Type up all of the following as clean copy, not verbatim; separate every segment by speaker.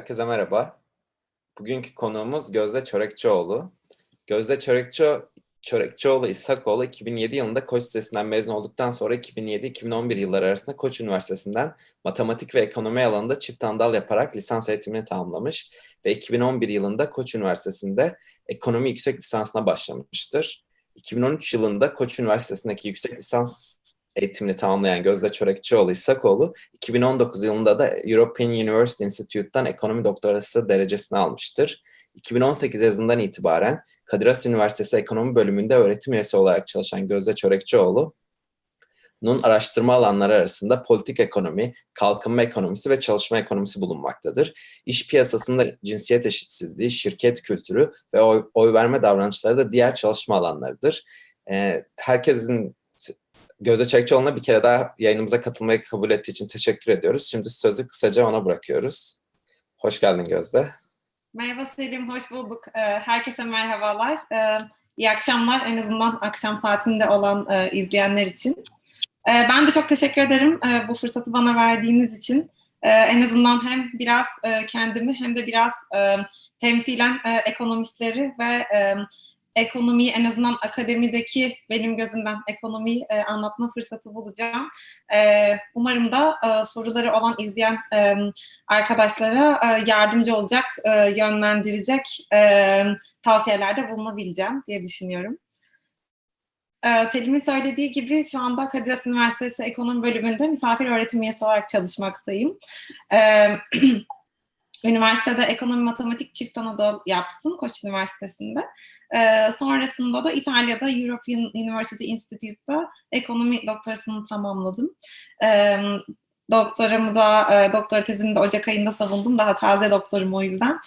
Speaker 1: Herkese merhaba. Bugünkü konuğumuz Gözde Çörekçioğlu. Gözde Çörekçioğlu İshakoğlu 2007 yılında Koç Lisesi'nden mezun olduktan sonra 2007-2011 yılları arasında Koç Üniversitesi'nden matematik ve ekonomi alanında çift anadal yaparak lisans eğitimini tamamlamış ve 2011 yılında Koç Üniversitesi'nde ekonomi yüksek lisansına başlamıştır. 2013 yılında Koç Üniversitesi'ndeki yüksek lisans eğitimini tamamlayan Gözde Çörekçioğlu İshakoğlu, 2019 yılında da European University Institute'dan ekonomi doktorası derecesini almıştır. 2018 yazından itibaren Kadir Has Üniversitesi Ekonomi Bölümünde öğretim üyesi olarak çalışan Gözde Çörekçioğlu'nun araştırma alanları arasında politik ekonomi, kalkınma ekonomisi ve çalışma ekonomisi bulunmaktadır. İş piyasasında cinsiyet eşitsizliği, şirket kültürü ve oy verme davranışları da diğer çalışma alanlarıdır. Herkesin Gözde Çörekçioğlu'na bir kere daha yayınımıza katılmayı kabul ettiği için teşekkür ediyoruz. Şimdi sözü kısaca ona bırakıyoruz. Hoş geldin Gözde.
Speaker 2: Merhaba Selim, hoş bulduk. Herkese merhabalar. İyi akşamlar, en azından akşam saatinde olan izleyenler için. Ben de çok teşekkür ederim bu fırsatı bana verdiğiniz için. En azından hem biraz kendimi hem de biraz temsilen ekonomistleri ve ekonomiyi, en azından akademideki benim gözümden ekonomiyi anlatma fırsatı bulacağım. Umarım da soruları olan izleyen arkadaşlara yardımcı olacak, yönlendirecek tavsiyelerde bulunabileceğim diye düşünüyorum. Selim'in söylediği gibi şu anda Kadir Has Üniversitesi Ekonomi Bölümünde misafir öğretim üyesi olarak çalışmaktayım. Üniversitede ekonomi matematik çift anadal yaptım Koç Üniversitesi'nde. Sonrasında da İtalya'da European University Institute'da ekonomi doktorasını tamamladım. Doktora tezimi de Ocak ayında savundum. Daha taze doktorum o yüzden.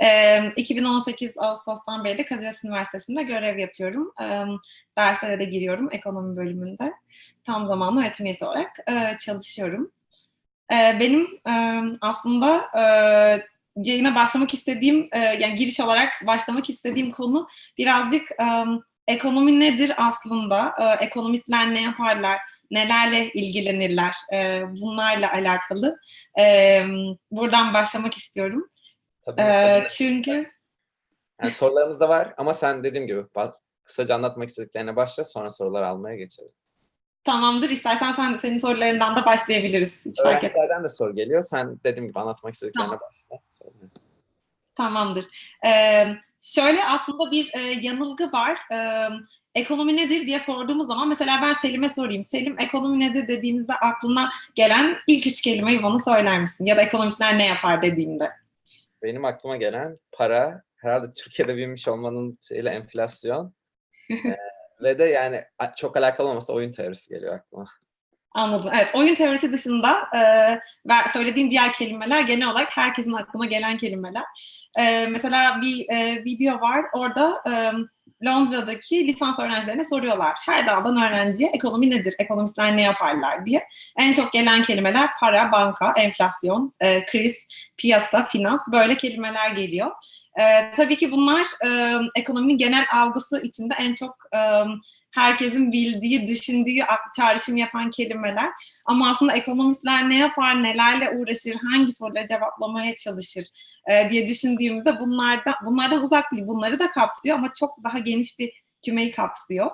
Speaker 2: 2018 Ağustos'tan beri de Kadir Has Üniversitesi'nde görev yapıyorum. Derslere de giriyorum ekonomi bölümünde. Tam zamanlı öğretim üyesi olarak çalışıyorum. Benim aslında yayına başlamak istediğim, yani giriş olarak başlamak istediğim konu birazcık ekonomi nedir aslında, ekonomistler ne yaparlar, nelerle ilgilenirler, bunlarla alakalı. Buradan başlamak istiyorum.
Speaker 1: Tabii.
Speaker 2: Çünkü...
Speaker 1: Yani sorularımız da var ama sen dediğim gibi kısaca anlatmak istediklerine başla, sonra sorular almaya geçelim.
Speaker 2: Tamamdır. İstersen senin sorularından da başlayabiliriz.
Speaker 1: Öğrencilerden de soru geliyor. Sen dediğim gibi anlatmak istediklerine başla.
Speaker 2: Tamamdır. Şöyle aslında bir yanılgı var. Ekonomi nedir diye sorduğumuz zaman mesela ben Selim'e sorayım. Selim, ekonomi nedir dediğimizde aklına gelen ilk 3 kelimeyi bana söyler misin? Ya da ekonomistler ne yapar dediğimde.
Speaker 1: Benim aklıma gelen para, herhalde Türkiye'de büyümüş olmanın şeyle enflasyon ve de yani çok alakalı olmasa oyun teorisi geliyor aklıma.
Speaker 2: Anladım. Evet, oyun teorisi dışında söylediğin diğer kelimeler genel olarak herkesin aklına gelen kelimeler. Mesela bir video var. Orada Londra'daki lisans öğrencilerine soruyorlar. Her daldan öğrenciye ekonomi nedir, ekonomistler ne yaparlar diye. En çok gelen kelimeler para, banka, enflasyon, kriz, piyasa, finans, böyle kelimeler geliyor. Tabii ki bunlar ekonominin genel algısı içinde en çok herkesin bildiği, düşündüğü, çağrışım yapan kelimeler. Ama aslında ekonomistler ne yapar, nelerle uğraşır, hangi soruları cevaplamaya çalışır diye düşündüğümüzde bunlardan uzak değil. Bunları da kapsıyor ama çok daha geniş bir kümeyi kapsıyor.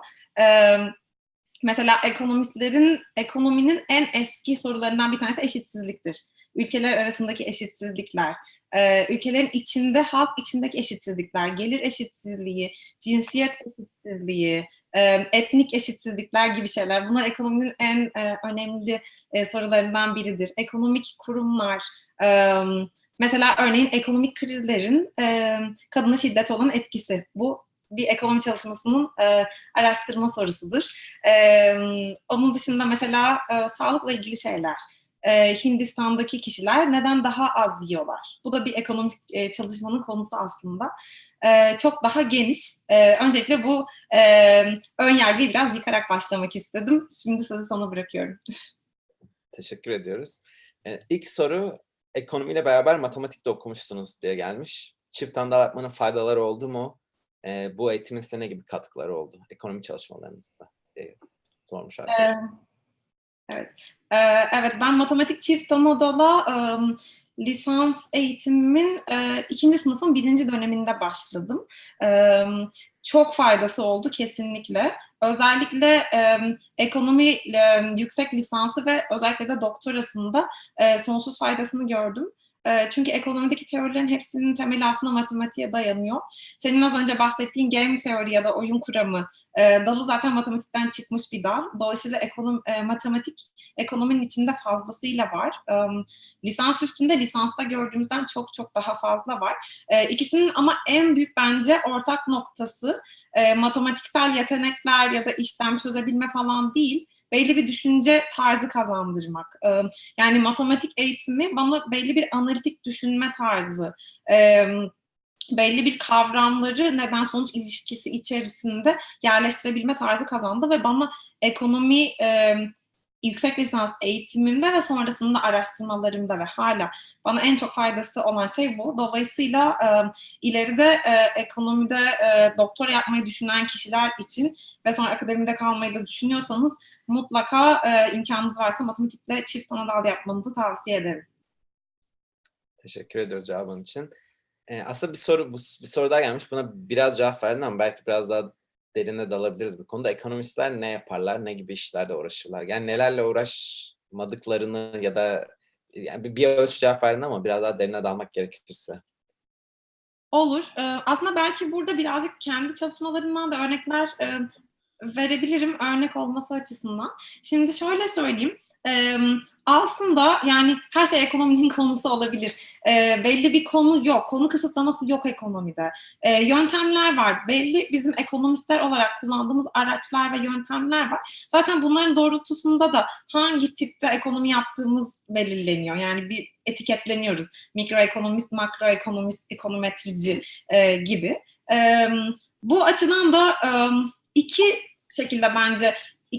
Speaker 2: Mesela ekonominin en eski sorularından bir tanesi eşitsizliktir. Ülkeler arasındaki eşitsizlikler, ülkelerin içinde, halk içindeki eşitsizlikler, gelir eşitsizliği, cinsiyet eşitsizliği, etnik eşitsizlikler gibi şeyler. Bunlar ekonominin en önemli sorularından biridir. Ekonomik kurumlar, mesela örneğin ekonomik krizlerin kadına şiddet olan etkisi. Bu bir ekonomi çalışmasının araştırma sorusudur. Onun dışında mesela sağlıkla ilgili şeyler. Hindistan'daki kişiler neden daha az yiyorlar? Bu da bir ekonomik çalışmanın konusu aslında. Çok daha geniş. Öncelikle bu ön yargıyı biraz yıkarak başlamak istedim. Şimdi sözü sana bırakıyorum.
Speaker 1: Teşekkür ediyoruz. İlk soru, ekonomiyle beraber matematik de okumuşsunuz diye gelmiş. Çift anadal yapmanın faydaları oldu mu? Bu eğitimin size ne gibi katkıları oldu? Ekonomi çalışmalarınızda diye sormuş arkadaşlar.
Speaker 2: Evet. Evet, ben matematik çift anadala lisans eğitimimin ikinci sınıfın birinci döneminde başladım. Çok faydası oldu kesinlikle. Özellikle ekonomi yüksek lisansı ve özellikle de doktorasında sonsuz faydasını gördüm. Çünkü ekonomideki teorilerin hepsinin temeli aslında matematiğe dayanıyor. Senin az önce bahsettiğin game teori ya da oyun kuramı dalı zaten matematikten çıkmış bir dal. Dolayısıyla matematik ekonominin içinde fazlasıyla var. Lisans üstünde lisansta gördüğümüzden çok çok daha fazla var. İkisinin ama en büyük bence ortak noktası matematiksel yetenekler ya da işlem çözebilme falan değil, belli bir düşünce tarzı kazandırmak. Yani matematik eğitimi bana belli bir analitik düşünme tarzı, belli bir kavramları neden sonuç ilişkisi içerisinde yerleştirebilme tarzı kazandı ve bana ekonomi yüksek lisans eğitimimde ve sonrasında araştırmalarımda ve hala bana en çok faydası olan şey bu. Dolayısıyla ileride ekonomide doktora yapmayı düşünen kişiler için ve sonra akademide kalmayı da düşünüyorsanız mutlaka imkanınız varsa matematikle çift ana dal yapmanızı tavsiye ederim.
Speaker 1: Teşekkür ediyoruz cevabın için. Aslında bir soru daha gelmiş. Buna biraz cevap verdin ama belki biraz daha derine dalabiliriz bu konuda. Ekonomistler ne yaparlar, ne gibi işlerle uğraşırlar? Yani nelerle uğraşmadıklarını ya da yani bir ölçü cevap verdin ama biraz daha derine dalmak gerekirse.
Speaker 2: Olur. Aslında belki burada birazcık kendi çalışmalarımdan da örnekler verebilirim örnek olması açısından. Şimdi şöyle söyleyeyim. Aslında yani her şey ekonominin konusu olabilir. Belli bir konu yok. Konu kısıtlaması yok ekonomide. Yöntemler var. Belli bizim ekonomistler olarak kullandığımız araçlar ve yöntemler var. Zaten bunların doğrultusunda da hangi tipte ekonomi yaptığımız belirleniyor. Yani bir etiketleniyoruz. Mikroekonomist, makroekonomist, ekonometrici gibi. Bu açıdan da iki şekilde bence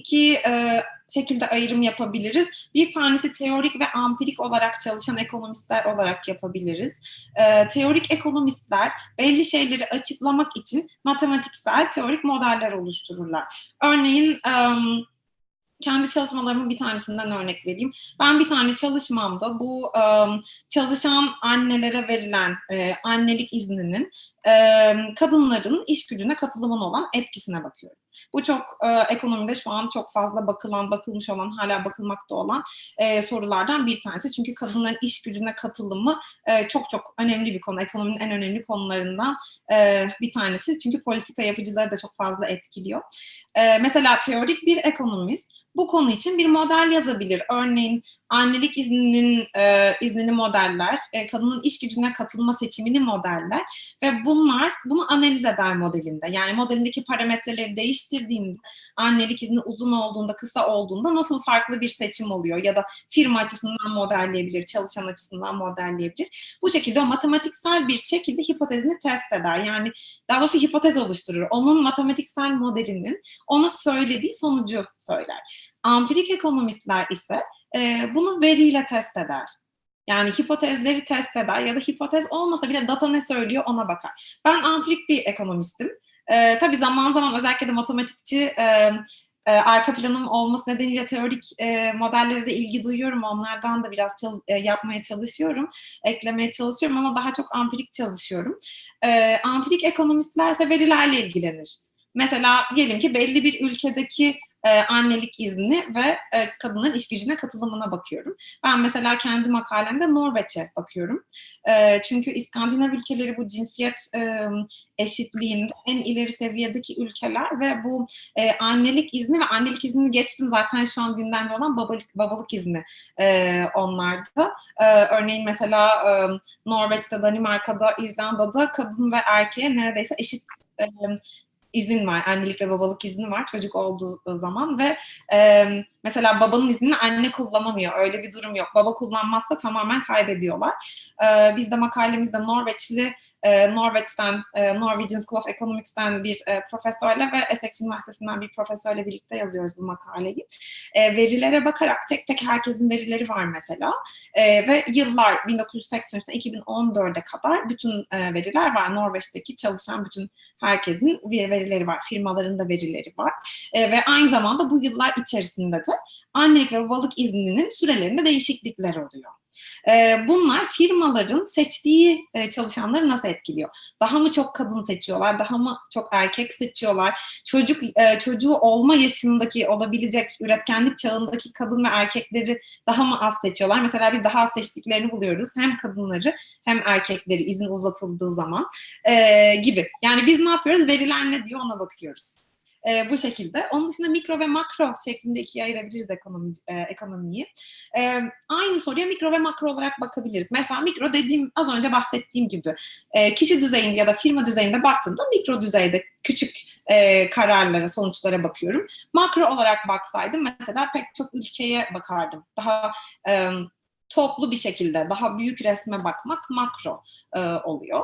Speaker 2: şekilde ayrım yapabiliriz. Bir tanesi teorik ve ampirik olarak çalışan ekonomistler olarak yapabiliriz. Teorik ekonomistler belli şeyleri açıklamak için matematiksel teorik modeller oluştururlar. Örneğin kendi çalışmalarımın bir tanesinden örnek vereyim. Ben bir tane çalışmamda bu çalışan annelere verilen annelik izninin kadınların iş gücüne katılımına olan etkisine bakıyorum. Bu çok ekonomide şu an çok fazla bakılmış olan, hala bakılmakta olan sorulardan bir tanesi. Çünkü kadınların iş gücüne katılımı çok çok önemli bir konu. Ekonominin en önemli konularından bir tanesi. Çünkü politika yapıcıları da çok fazla etkiliyor. Mesela teorik bir ekonomist bu konu için bir model yazabilir. Örneğin annelik iznini modeller, kadının iş gücüne katılma seçimini modeller ve bunu analiz eder modelinde. Yani modelindeki parametreleri değiştirdiğinde, annelik izni uzun olduğunda, kısa olduğunda nasıl farklı bir seçim oluyor ya da firma açısından modelleyebilir, çalışan açısından modelleyebilir. Bu şekilde o matematiksel bir şekilde hipotezini test eder. Yani daha doğrusu hipotez oluşturur. Onun matematiksel modelinin ona söylediği sonucu söyler. Ampirik ekonomistler ise bunu veriyle test eder. Yani hipotezleri test eder ya da hipotez olmasa bile data ne söylüyor ona bakar. Ben ampirik bir ekonomistim. Tabii zaman zaman özellikle de matematikçi arka planım olması nedeniyle teorik modellere de ilgi duyuyorum. Onlardan da biraz yapmaya çalışıyorum, eklemeye çalışıyorum ama daha çok ampirik çalışıyorum. Ampirik ekonomistler ise verilerle ilgilenir. Mesela diyelim ki belli bir ülkedeki annelik izni ve kadının iş gücüne katılımına bakıyorum. Ben mesela kendi makalemde Norveç'e bakıyorum. Çünkü İskandinav ülkeleri bu cinsiyet eşitliğinde en ileri seviyedeki ülkeler ve bu annelik izni ve annelik iznini geçtim zaten şu an gündemde olan babalık izni onlarda. Örneğin mesela Norveç'te, Danimarka'da, İzlanda'da kadın ve erkeğe neredeyse eşit izin var. Annelik ve babalık izni var çocuk olduğu zaman ve mesela babanın iznini anne kullanamıyor. Öyle bir durum yok. Baba kullanmazsa tamamen kaybediyorlar. Biz de makalemizde Norveç'ten, Norwegian School of Economics'ten bir profesörle ve Essex Üniversitesi'nden bir profesörle birlikte yazıyoruz bu makaleyi. Verilere bakarak tek tek herkesin verileri var mesela. Ve yıllar 1983'ten 2014'e kadar bütün veriler var. Norveç'teki çalışan bütün herkesin verileri var. Firmaların da verileri var. Ve aynı zamanda bu yıllar içerisinde de annelik ve babalık izninin sürelerinde değişiklikler oluyor. Bunlar firmaların seçtiği çalışanları nasıl etkiliyor? Daha mı çok kadın seçiyorlar? Daha mı çok erkek seçiyorlar? Çocuğu olma yaşındaki olabilecek üretkenlik çağındaki kadın ve erkekleri daha mı az seçiyorlar? Mesela biz daha az seçtiklerini buluyoruz. Hem kadınları hem erkekleri izin uzatıldığı zaman gibi. Yani biz ne yapıyoruz? Veriler ne diyor ona bakıyoruz. Bu şekilde. Onun dışında mikro ve makro şeklinde ikiye ayırabiliriz ekonomiyi. Aynı soruya mikro ve makro olarak bakabiliriz. Mesela mikro az önce bahsettiğim gibi kişi düzeyinde ya da firma düzeyinde baktığımda mikro düzeyde küçük kararlara, sonuçlara bakıyorum. Makro olarak baksaydım mesela pek çok ülkeye bakardım. Daha toplu bir şekilde, daha büyük resme bakmak makro oluyor.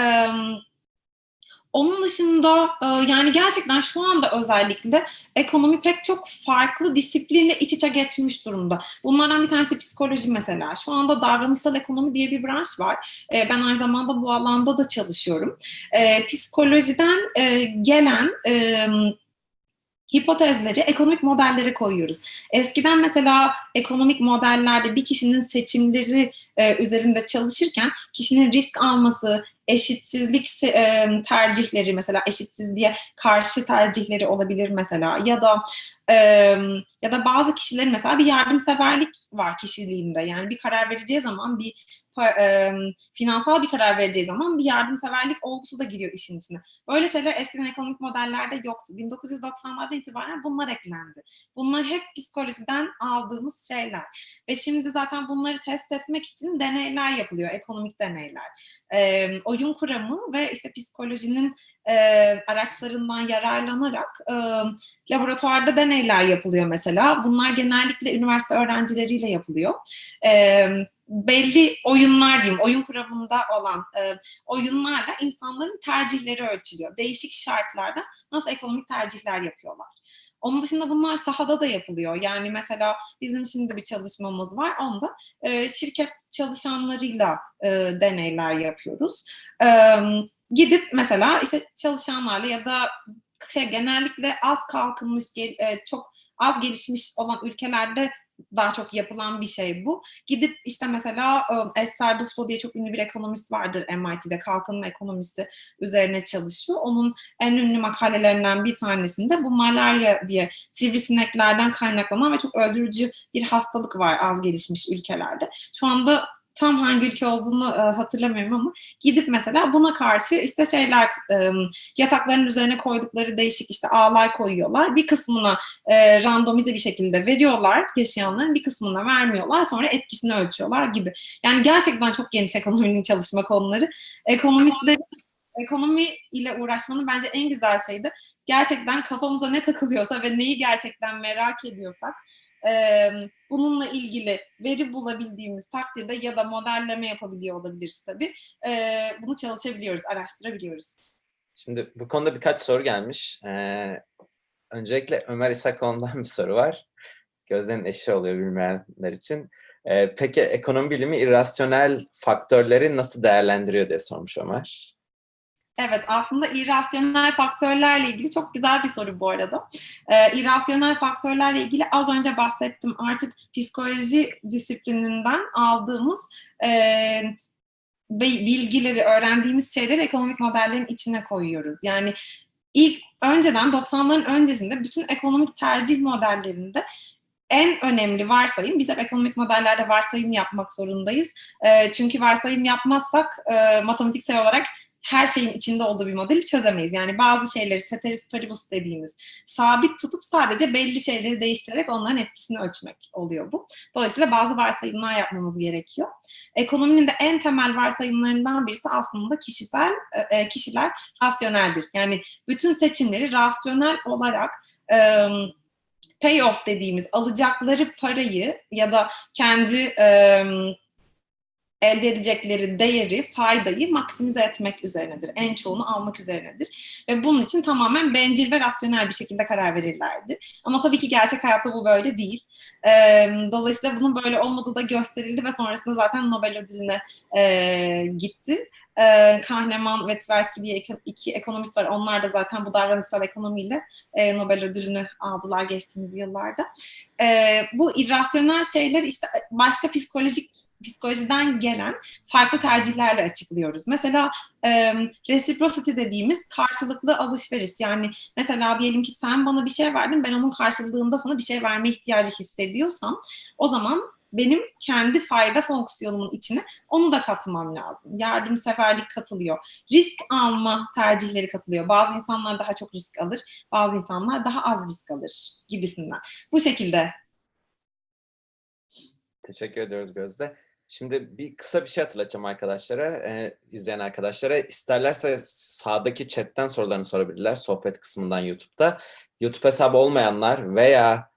Speaker 2: Onun dışında yani gerçekten şu anda özellikle ekonomi pek çok farklı disiplinle iç içe geçmiş durumda. Bunlardan bir tanesi psikoloji mesela. Şu anda davranışsal ekonomi diye bir branş var. Ben aynı zamanda bu alanda da çalışıyorum. Psikolojiden gelen hipotezleri ekonomik modellere koyuyoruz. Eskiden mesela ekonomik modellerde bir kişinin seçimleri üzerinde çalışırken kişinin risk alması, eşitsizlik tercihleri mesela eşitsizliğe karşı tercihleri olabilir mesela ya da bazı kişilerin mesela bir yardımseverlik var kişiliğinde. Yani bir karar vereceği zaman finansal bir karar vereceği zaman bir yardımseverlik olgusu da giriyor işin içine. Böyle şeyler eskiden ekonomik modellerde yoktu. 1990'lardan itibaren bunlar eklendi. Bunlar hep psikolojiden aldığımız şeyler. Ve şimdi zaten bunları test etmek için deneyler yapılıyor, ekonomik deneyler. Oyun kuramı ve işte psikolojinin araçlarından yararlanarak laboratuvarda deneyler yapılıyor mesela. Bunlar genellikle üniversite öğrencileriyle yapılıyor. Belli oyunlar diyeyim, oyun kuramında olan oyunlarla insanların tercihleri ölçülüyor. Değişik şartlarda nasıl ekonomik tercihler yapıyorlar. Onun dışında bunlar sahada da yapılıyor. Yani mesela bizim şimdi bir çalışmamız var. Onda şirket çalışanlarıyla deneyler yapıyoruz. Gidip mesela işte çalışanlarla ya da genellikle az kalkınmış, çok az gelişmiş olan ülkelerde daha çok yapılan bir şey bu. Gidip işte mesela Esther Duflo diye çok ünlü bir ekonomist vardır MIT'de, kalkınma ekonomisi üzerine çalışıyor. Onun en ünlü makalelerinden bir tanesinde bu malarya diye sivrisineklerden kaynaklanan ve çok öldürücü bir hastalık var az gelişmiş ülkelerde. Şu anda tam hangi ülke olduğunu hatırlamıyorum ama gidip mesela buna karşı işte yatakların üzerine koydukları değişik işte ağlar koyuyorlar. Bir kısmına randomize bir şekilde veriyorlar yaşayanların, bir kısmına vermiyorlar. Sonra etkisini ölçüyorlar gibi. Yani gerçekten çok geniş ekonominin çalışma konuları. Ekonomi ile uğraşmanın bence en güzel şeyi de gerçekten kafamıza ne takılıyorsa ve neyi gerçekten merak ediyorsak bununla ilgili veri bulabildiğimiz takdirde ya da modelleme yapabiliyor olabiliriz tabii. Bunu çalışabiliyoruz, araştırabiliyoruz.
Speaker 1: Şimdi bu konuda birkaç soru gelmiş. Öncelikle Ömer İsakoğlu'ndan bir soru var. Gözde'nin eşi oluyor bilmeyenler için. Peki ekonomi bilimi irrasyonel faktörleri nasıl değerlendiriyor diye sormuş Ömer.
Speaker 2: Evet, aslında irrasyonel faktörlerle ilgili çok güzel bir soru bu arada. İrrasyonel faktörlerle ilgili az önce bahsettim. Artık psikoloji disiplininden aldığımız bilgileri, öğrendiğimiz şeyleri ekonomik modellerin içine koyuyoruz. Yani önceden 90'ların öncesinde bütün ekonomik tercih modellerinde en önemli varsayım, biz hep ekonomik modellerde varsayım yapmak zorundayız. Çünkü varsayım yapmazsak matematiksel olarak her şeyin içinde olduğu bir modeli çözemeyiz. Yani bazı şeyleri ceteris paribus dediğimiz sabit tutup sadece belli şeyleri değiştirerek onların etkisini ölçmek oluyor bu. Dolayısıyla bazı varsayımlar yapmamız gerekiyor. Ekonominin de en temel varsayımlarından birisi aslında kişiler rasyoneldir. Yani bütün seçimleri rasyonel olarak payoff dediğimiz alacakları parayı ya da kendi elde edecekleri değeri, faydayı maksimize etmek üzerinedir. En çoğunu almak üzerinedir. Ve bunun için tamamen bencil ve rasyonel bir şekilde karar verirlerdi. Ama tabii ki gerçek hayatta bu böyle değil. Dolayısıyla bunun böyle olmadığı da gösterildi ve sonrasında zaten Nobel ödülüne gitti. Kahneman ve Tversky diye iki ekonomist var. Onlar da zaten bu davranışsal ekonomiyle Nobel ödülünü aldılar geçtiğimiz yıllarda. Bu irrasyonel şeyler işte başka psikolojik psikolojiden gelen farklı tercihlerle açıklıyoruz. Mesela reciprocity dediğimiz karşılıklı alışveriş. Yani mesela diyelim ki sen bana bir şey verdin, ben onun karşılığında sana bir şey verme ihtiyacı hissediyorsam o zaman benim kendi fayda fonksiyonumun içine onu da katmam lazım. Yardımseverlik katılıyor. Risk alma tercihleri katılıyor. Bazı insanlar daha çok risk alır, bazı insanlar daha az risk alır gibisinden. Bu şekilde.
Speaker 1: Teşekkür ediyoruz Gözde. Şimdi kısa bir şey hatırlatacağım arkadaşlara, izleyen arkadaşlara. İsterlerse sağdaki chatten sorularını sorabilirler, sohbet kısmından YouTube'da. YouTube hesabı olmayanlar veya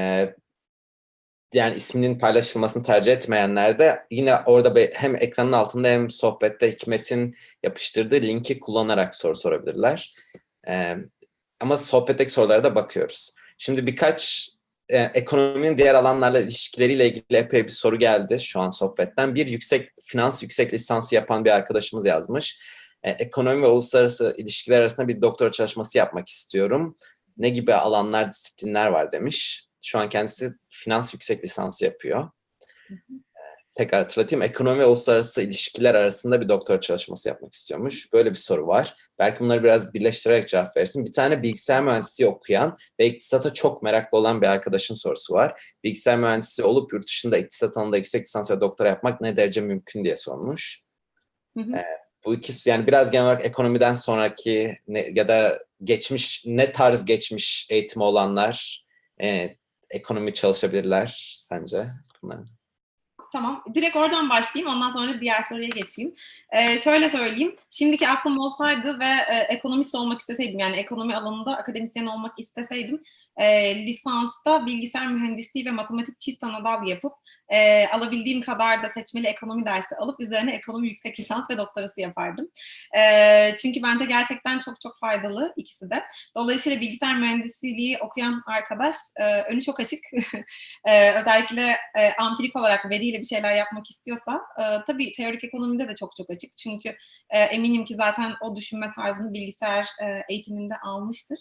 Speaker 1: yani isminin paylaşılmasını tercih etmeyenler de yine orada hem ekranın altında hem sohbette Hikmet'in yapıştırdığı linki kullanarak soru sorabilirler. Ama sohbetteki sorulara da bakıyoruz. Şimdi birkaç ekonominin diğer alanlarla ilişkileriyle ilgili epey bir soru geldi şu an sohbetten. Bir finans yüksek lisansı yapan bir arkadaşımız yazmış. Ekonomi ve uluslararası ilişkiler arasında bir doktora çalışması yapmak istiyorum. Ne gibi alanlar, disiplinler var demiş. Şu an kendisi finans yüksek lisansı yapıyor. Tekrar hatırlatayım. Ekonomi ve uluslararası ilişkiler arasında bir doktora çalışması yapmak istiyormuş. Böyle bir soru var. Belki bunları biraz birleştirerek cevap versin. Bir tane bilgisayar mühendisliği okuyan ve iktisata çok meraklı olan bir arkadaşın sorusu var. Bilgisayar mühendisi olup yurt dışında iktisat alanında yüksek lisans ve doktora yapmak ne derece mümkün diye sormuş.
Speaker 2: Hı hı.
Speaker 1: Bu ikisi yani biraz genel olarak ekonomiden sonraki ya da ne tarz geçmiş eğitimi olanlar ekonomi çalışabilirler sence bunların?
Speaker 2: Tamam. Direkt oradan başlayayım. Ondan sonra diğer soruya geçeyim. Şöyle söyleyeyim. Şimdiki aklım olsaydı ve ekonomist olmak isteseydim, yani ekonomi alanında akademisyen olmak isteseydim, lisansta bilgisayar mühendisliği ve matematik çift anadal yapıp alabildiğim kadar da seçmeli ekonomi dersi alıp üzerine ekonomi yüksek lisans ve doktorası yapardım. Çünkü bence gerçekten çok çok faydalı ikisi de. Dolayısıyla bilgisayar mühendisliği okuyan arkadaş önü çok açık. Özellikle ampirik olarak veriyle bir şeyler yapmak istiyorsa tabii teorik ekonomide de çok çok açık. Çünkü eminim ki zaten o düşünme tarzını bilgisayar eğitiminde almıştır.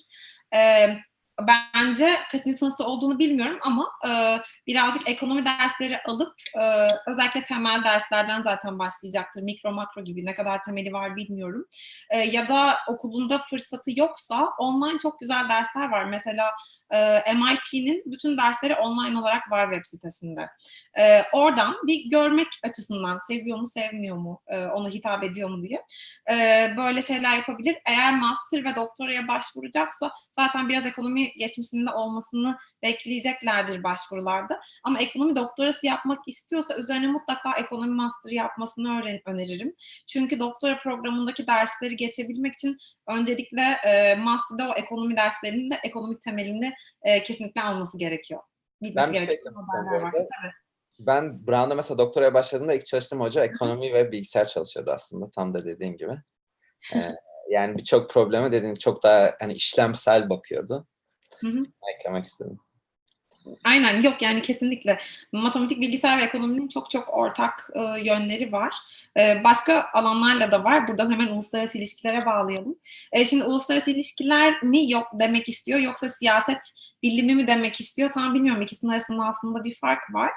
Speaker 2: Bence kaçıncı sınıfta olduğunu bilmiyorum ama birazcık ekonomi dersleri alıp özellikle temel derslerden zaten başlayacaktır. Mikro makro gibi, ne kadar temeli var bilmiyorum. Ya da okulunda fırsatı yoksa online çok güzel dersler var. Mesela MIT'nin bütün dersleri online olarak var web sitesinde. Oradan bir görmek açısından seviyor mu sevmiyor mu, ona hitap ediyor mu diye böyle şeyler yapabilir. Eğer master ve doktoraya başvuracaksa zaten biraz ekonomi geçmişinde olmasını bekleyeceklerdir başvurularda. Ama ekonomi doktorası yapmak istiyorsa üzerine mutlaka ekonomi master yapmasını öneririm. Çünkü doktora programındaki dersleri geçebilmek için öncelikle master'da o ekonomi derslerinin de ekonomik temelini kesinlikle alması gerekiyor. Bilmesi
Speaker 1: Ben bir şey
Speaker 2: gerekiyor.
Speaker 1: eklemek istiyorum bu
Speaker 2: Var.
Speaker 1: arada. Ben Brown'da mesela doktoraya başladığımda ilk çalıştığım hoca ekonomi ve bilgisayar çalışıyordu aslında. Tam da dediğin gibi. Yani birçok probleme dediğin çok daha hani işlemsel bakıyordu.
Speaker 2: Hı hı.
Speaker 1: Eklemek istedim.
Speaker 2: Aynen, yok yani kesinlikle. Matematik, bilgisayar ve ekonominin çok çok ortak yönleri var. Başka alanlarla da var. Buradan hemen uluslararası ilişkilere bağlayalım. Şimdi uluslararası ilişkiler mi yok demek istiyor yoksa siyaset bilimi mi demek istiyor? Tam bilmiyorum. İkisinin arasında aslında bir fark var.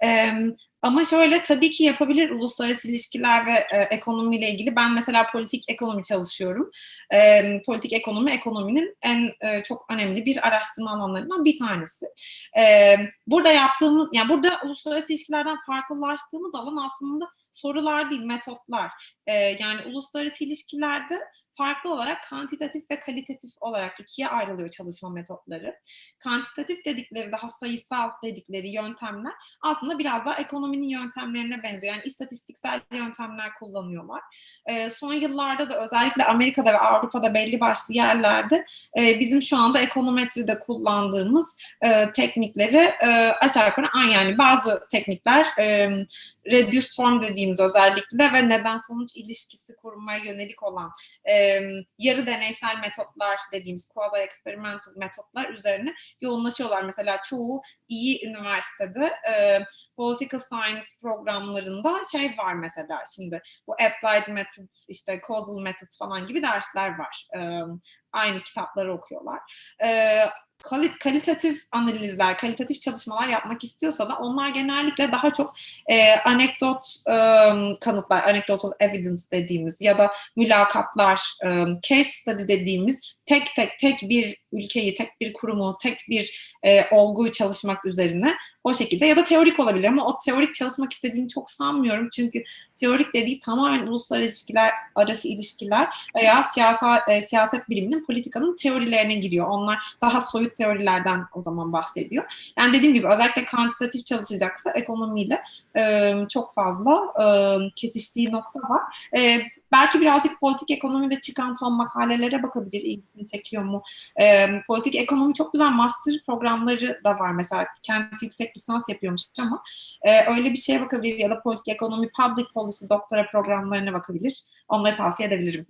Speaker 2: Ama şöyle tabii ki yapabilir uluslararası ilişkiler ve ekonomiyle ilgili. Ben mesela politik ekonomi çalışıyorum. Politik ekonomi ekonominin en çok önemli bir araştırma alanlarından bir tanesi. Burada yaptığımız, yani burada uluslararası ilişkilerden farklılaştığımız alan aslında sorular değil, metotlar. Yani uluslararası ilişkilerde farklı olarak kantitatif ve kalitatif olarak ikiye ayrılıyor çalışma metotları. Kantitatif dedikleri, daha sayısal dedikleri yöntemler aslında biraz daha ekonominin yöntemlerine benziyor. Yani istatistiksel yöntemler kullanıyorlar. Son yıllarda da özellikle Amerika'da ve Avrupa'da belli başlı yerlerde bizim şu anda ekonometride kullandığımız teknikleri aşağı yukarı aynı. Yani bazı teknikler reduced form dediğimiz özellikle ve neden sonuç ilişkisi kurmaya yönelik olan yarı deneysel metotlar dediğimiz quasi experimental metotlar üzerine yoğunlaşıyorlar. Mesela çoğu iyi üniversitede political science programlarında şey var mesela şimdi bu applied methods, işte causal methods falan gibi dersler var. Aynı kitapları okuyorlar. kalitatif analizler, kalitatif çalışmalar yapmak istiyorsa da onlar genellikle daha çok anekdot kanıtlar, anecdotal evidence dediğimiz ya da mülakatlar, case study dediğimiz tek bir ülkeyi, tek bir kurumu, tek bir olguyu çalışmak üzerine o şekilde ya da teorik olabilir ama o teorik çalışmak istediğini çok sanmıyorum. Çünkü teorik dediği tamamen uluslararası ilişkiler, arası ilişkiler veya siyaset biliminin, politikanın teorilerine giriyor. Onlar daha soyut teorilerden o zaman bahsediyor. Yani dediğim gibi özellikle kantitatif çalışacaksa ekonomiyle çok fazla kesiştiği nokta var. Belki birazcık politik ekonomide çıkan son makalelere bakabilir, ilgisini çekiyor mu? Politik ekonomi çok güzel master programları da var. Mesela kendisi yüksek lisans yapıyormuş ama öyle bir şeye bakabilir ya da politik ekonomi, public policy doktora programlarına bakabilir. Onları tavsiye edebilirim.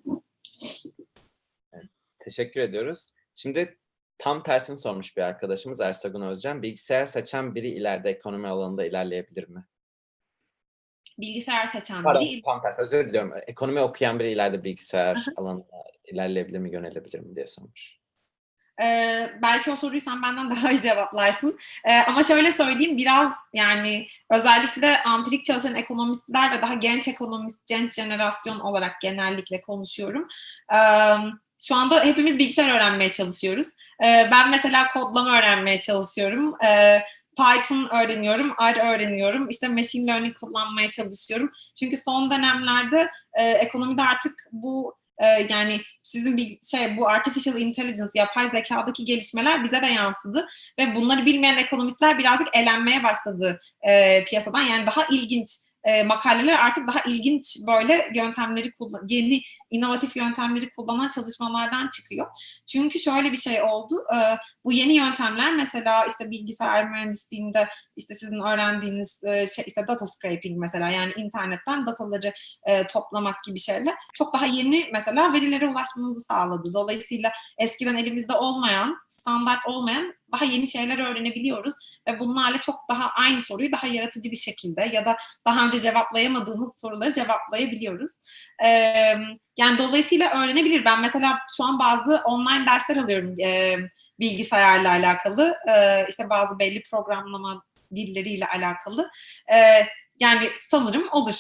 Speaker 1: Teşekkür ediyoruz. Şimdi tam tersini sormuş bir arkadaşımız Ersagun Özcan. Bilgisayar seçen biri ileride ekonomi alanında ilerleyebilir mi?
Speaker 2: Bilgisayar seçen
Speaker 1: Pardon,
Speaker 2: biri.
Speaker 1: tam tersi. Özür diliyorum. Ekonomi okuyan biri ileride bilgisayar alanında ilerleyebilir mi, yönelebilir mi diye sormuş.
Speaker 2: Belki o soruyu sen benden daha iyi cevaplarsın. Ama şöyle söyleyeyim, biraz yani özellikle ampirik çalışan ekonomistler ve daha genç ekonomist, genç jenerasyon olarak genellikle konuşuyorum. Şu anda hepimiz bilgisayar öğrenmeye çalışıyoruz. Ben mesela kodlama öğrenmeye çalışıyorum. Python öğreniyorum, R öğreniyorum, işte machine learning kullanmaya çalışıyorum. Çünkü son dönemlerde ekonomide artık bu yani sizin bu artificial intelligence, yapay zekadaki gelişmeler bize de yansıdı ve bunları bilmeyen ekonomistler birazcık elenmeye başladı piyasadan. Yani daha ilginç makaleler artık daha ilginç böyle yöntemleri yeni inovatif yöntemleri kullanan çalışmalardan çıkıyor. Çünkü şöyle bir şey oldu. Bu yeni yöntemler mesela işte bilgisayar mühendisliğinde işte sizin öğrendiğiniz işte data scraping mesela, yani internetten dataları toplamak gibi şeyler çok daha yeni mesela verilere ulaşmamızı sağladı. Dolayısıyla eskiden elimizde olmayan, standart olmayan daha yeni şeyler öğrenebiliyoruz ve bunlarla çok daha aynı soruyu daha yaratıcı bir şekilde ya da daha önce cevaplayamadığımız soruları cevaplayabiliyoruz. Yani dolayısıyla öğrenebilir. Ben mesela şu an bazı online dersler alıyorum bilgisayarla alakalı. İşte bazı belli programlama dilleriyle alakalı. Yani sanırım olur.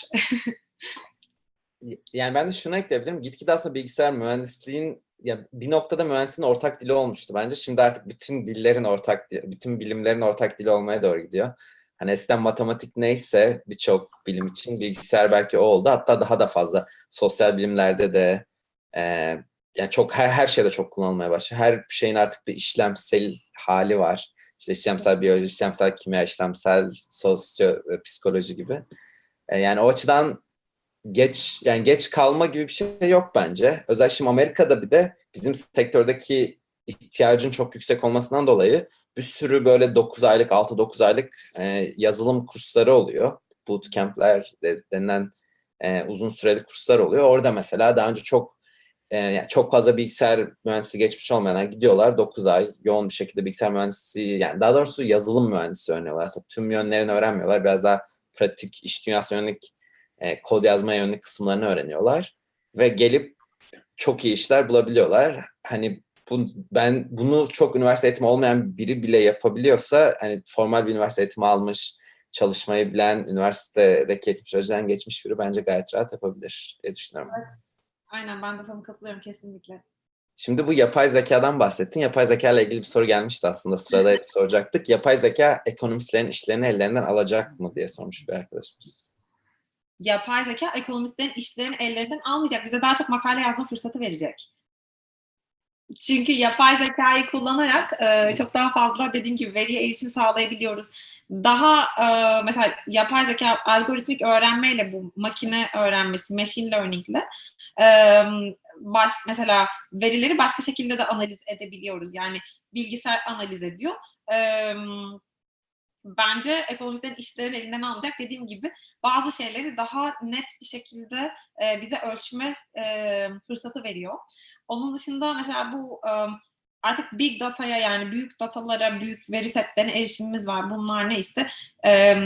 Speaker 1: Yani ben de şunu ekleyebilirim. Gitgide aslında bilgisayar mühendisliğin ya bir noktada mühendisliğin ortak dili olmuştu bence. Şimdi artık bütün dillerin bütün bilimlerin ortak dili olmaya doğru gidiyor. Hani eskiden matematik neyse birçok bilim için bilgisayar belki o oldu. Hatta daha da fazla sosyal bilimlerde de e, yani çok her şeyde çok kullanılmaya başladı. Her şeyin artık bir işlemsel hali var. İşte işlemsel biyoloji, işlemsel kimya, işlemsel psikoloji gibi. Yani o açıdan geç kalma gibi bir şey yok bence. Özellikle şimdi Amerika'da bir de bizim sektördeki ihtiyacın çok yüksek olmasından dolayı bir sürü böyle 9 aylık, 6-9 aylık yazılım kursları oluyor. Bootcamp'ler denilen uzun süreli kurslar oluyor. Orada mesela daha önce yani çok fazla bilgisayar mühendisliği geçmiş olmayanlar gidiyorlar 9 ay yoğun bir şekilde bilgisayar mühendisliği, yani daha doğrusu yazılım mühendisi öğreniyorlar. Aslında tüm yönlerini öğrenmiyorlar. Biraz daha pratik, iş dünyasına yönelik kod yazmaya yönelik kısımlarını öğreniyorlar ve gelip çok iyi işler bulabiliyorlar. Hani ben bunu çok üniversite eğitimi olmayan biri bile yapabiliyorsa, hani formal bir üniversite eğitimi almış, çalışmayı bilen, üniversitedeki eğitim sürecinden geçmiş biri bence gayet rahat yapabilir diye düşünüyorum.
Speaker 2: Evet. Aynen, ben de sana katılıyorum kesinlikle.
Speaker 1: Şimdi bu yapay zekadan bahsettin. Yapay zeka ile ilgili bir soru gelmişti aslında. Sırada soracaktık. Yapay zeka ekonomistlerin işlerini ellerinden alacak mı diye sormuş bir arkadaşımız.
Speaker 2: Yapay zeka ekonomistlerin işlerini ellerinden almayacak. Bize daha çok makale yazma fırsatı verecek. Çünkü yapay zekayı kullanarak çok daha fazla, dediğim gibi, veriye erişim sağlayabiliyoruz. Daha mesela yapay zeka algoritmik öğrenmeyle, bu makine öğrenmesi, machine learning ile mesela verileri başka şekilde de analiz edebiliyoruz. Yani bilgisayar analiz ediyor. Bence ekonomistlerin işlerini elinden almayacak. Dediğim gibi bazı şeyleri daha net bir şekilde bize ölçme fırsatı veriyor. Onun dışında mesela bu artık big data'ya, yani büyük datalara, büyük veri setlerine erişimimiz var. Bunlar ne işte?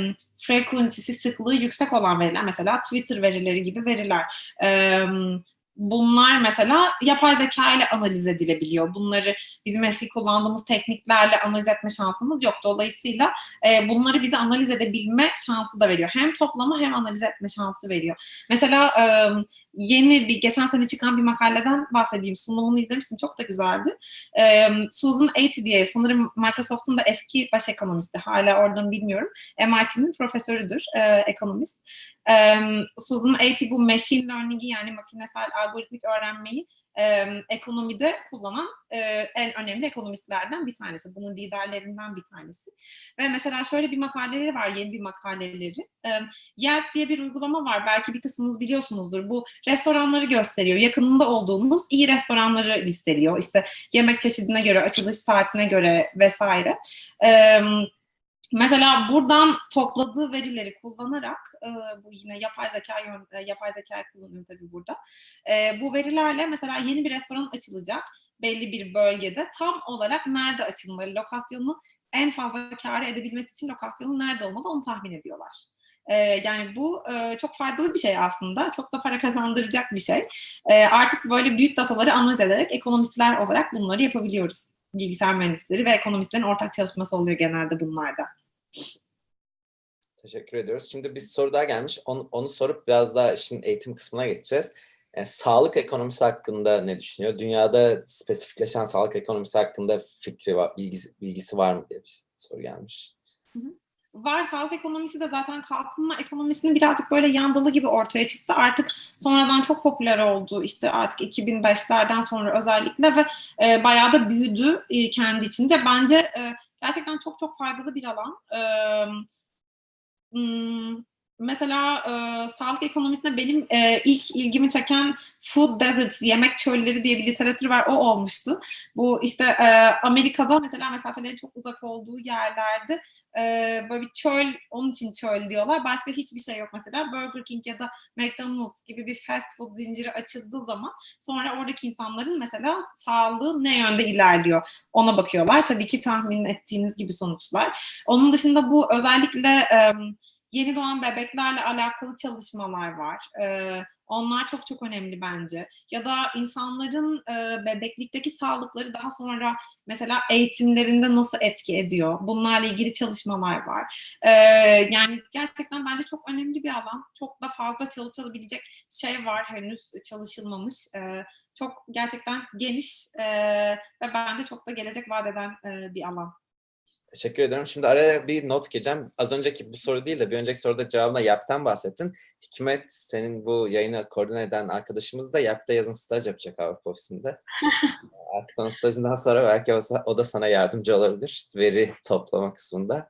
Speaker 2: Frequency'si, sıklığı yüksek olan veriler. Mesela Twitter verileri gibi veriler. bunlar mesela yapay zeka ile analiz edilebiliyor. Bunları bizim eski kullandığımız tekniklerle analiz etme şansımız yok. Dolayısıyla bunları bize analiz edebilme şansı da veriyor. Hem toplama hem analiz etme şansı veriyor. Mesela geçen sene çıkan bir makaleden bahsedeyim. Sunumunu izlemiştim. Çok da güzeldi. Susan Aty diye, sanırım Microsoft'un da eski baş ekonomisti. Hala oradan bilmiyorum. MIT'nin profesörüdür, ekonomist. Susan Aty bu machine learning'i, yani makinesel algoritmik öğrenmeyi ekonomide kullanan en önemli ekonomistlerden bir tanesi. Bunun liderlerinden bir tanesi. Ve mesela şöyle bir makaleleri var, yeni bir makaleleri. Yelp diye bir uygulama var. Belki bir kısmınız biliyorsunuzdur. Bu restoranları gösteriyor. Yakınında olduğunuz iyi restoranları listeliyor. İşte yemek çeşidine göre, açılış saatine göre vesaire. Mesela buradan topladığı verileri kullanarak, bu yine yapay zeka kullanıyor tabii burada. Bu verilerle mesela yeni bir restoran açılacak belli bir bölgede, tam olarak nerede açılmalı, lokasyonunu en fazla kâr edebilmesi için lokasyonun nerede olmalı onu tahmin ediyorlar. Yani bu çok faydalı bir şey aslında. Çok da para kazandıracak bir şey. Artık böyle büyük dataları analiz ederek ekonomistler olarak bunları yapabiliyoruz. Bilgisayar mühendisleri ve ekonomistlerin ortak çalışması oluyor genelde bunlarda.
Speaker 1: Teşekkür ediyoruz. Şimdi bir soru daha gelmiş. Onu sorup biraz daha işin eğitim kısmına geçeceğiz. Yani, sağlık ekonomisi hakkında ne düşünüyor? Dünyada spesifikleşen sağlık ekonomisi hakkında fikri var, bilgisi var mı diye bir soru gelmiş.
Speaker 2: Var, sağlık ekonomisi de zaten kalkınma ekonomisinin birazcık böyle yan dalı gibi ortaya çıktı. Artık sonradan çok popüler oldu. İşte artık 2005'lerden sonra özellikle ve bayağı da büyüdü kendi içinde. Bence gerçekten çok çok faydalı bir alan. Mesela sağlık ekonomisinde benim ilk ilgimi çeken Food Deserts, yemek çölleri diye bir literatür var, o olmuştu. Bu işte Amerika'da mesela mesafeleri çok uzak olduğu yerlerde böyle bir çöl, onun için çöl diyorlar. Başka hiçbir şey yok mesela. Burger King ya da McDonald's gibi bir fast food zinciri açıldığı zaman sonra oradaki insanların mesela sağlığı ne yönde ilerliyor ona bakıyorlar. Tabii ki tahmin ettiğiniz gibi sonuçlar. Onun dışında bu özellikle yeni doğan bebeklerle alakalı çalışmalar var. Onlar çok çok önemli bence. Ya da insanların bebeklikteki sağlıkları daha sonra mesela eğitimlerinde nasıl etki ediyor? Bunlarla ilgili çalışmalar var. Yani gerçekten bence çok önemli bir alan. Çok da fazla çalışılabilecek şey var, henüz çalışılmamış. Çok gerçekten geniş ve bence çok da gelecek vaat eden bir alan.
Speaker 1: Teşekkür ederim. Şimdi araya bir not gireceğim. Az önceki bu soru değil de bir önceki soruda cevabına YAP'ten bahsettin. Hikmet, senin bu yayını koordine eden arkadaşımız da YAP'te yazın staj yapacak Avrupa Ofisi'nde. Artık onun stajından sonra belki o da sana yardımcı olabilir veri toplama kısmında.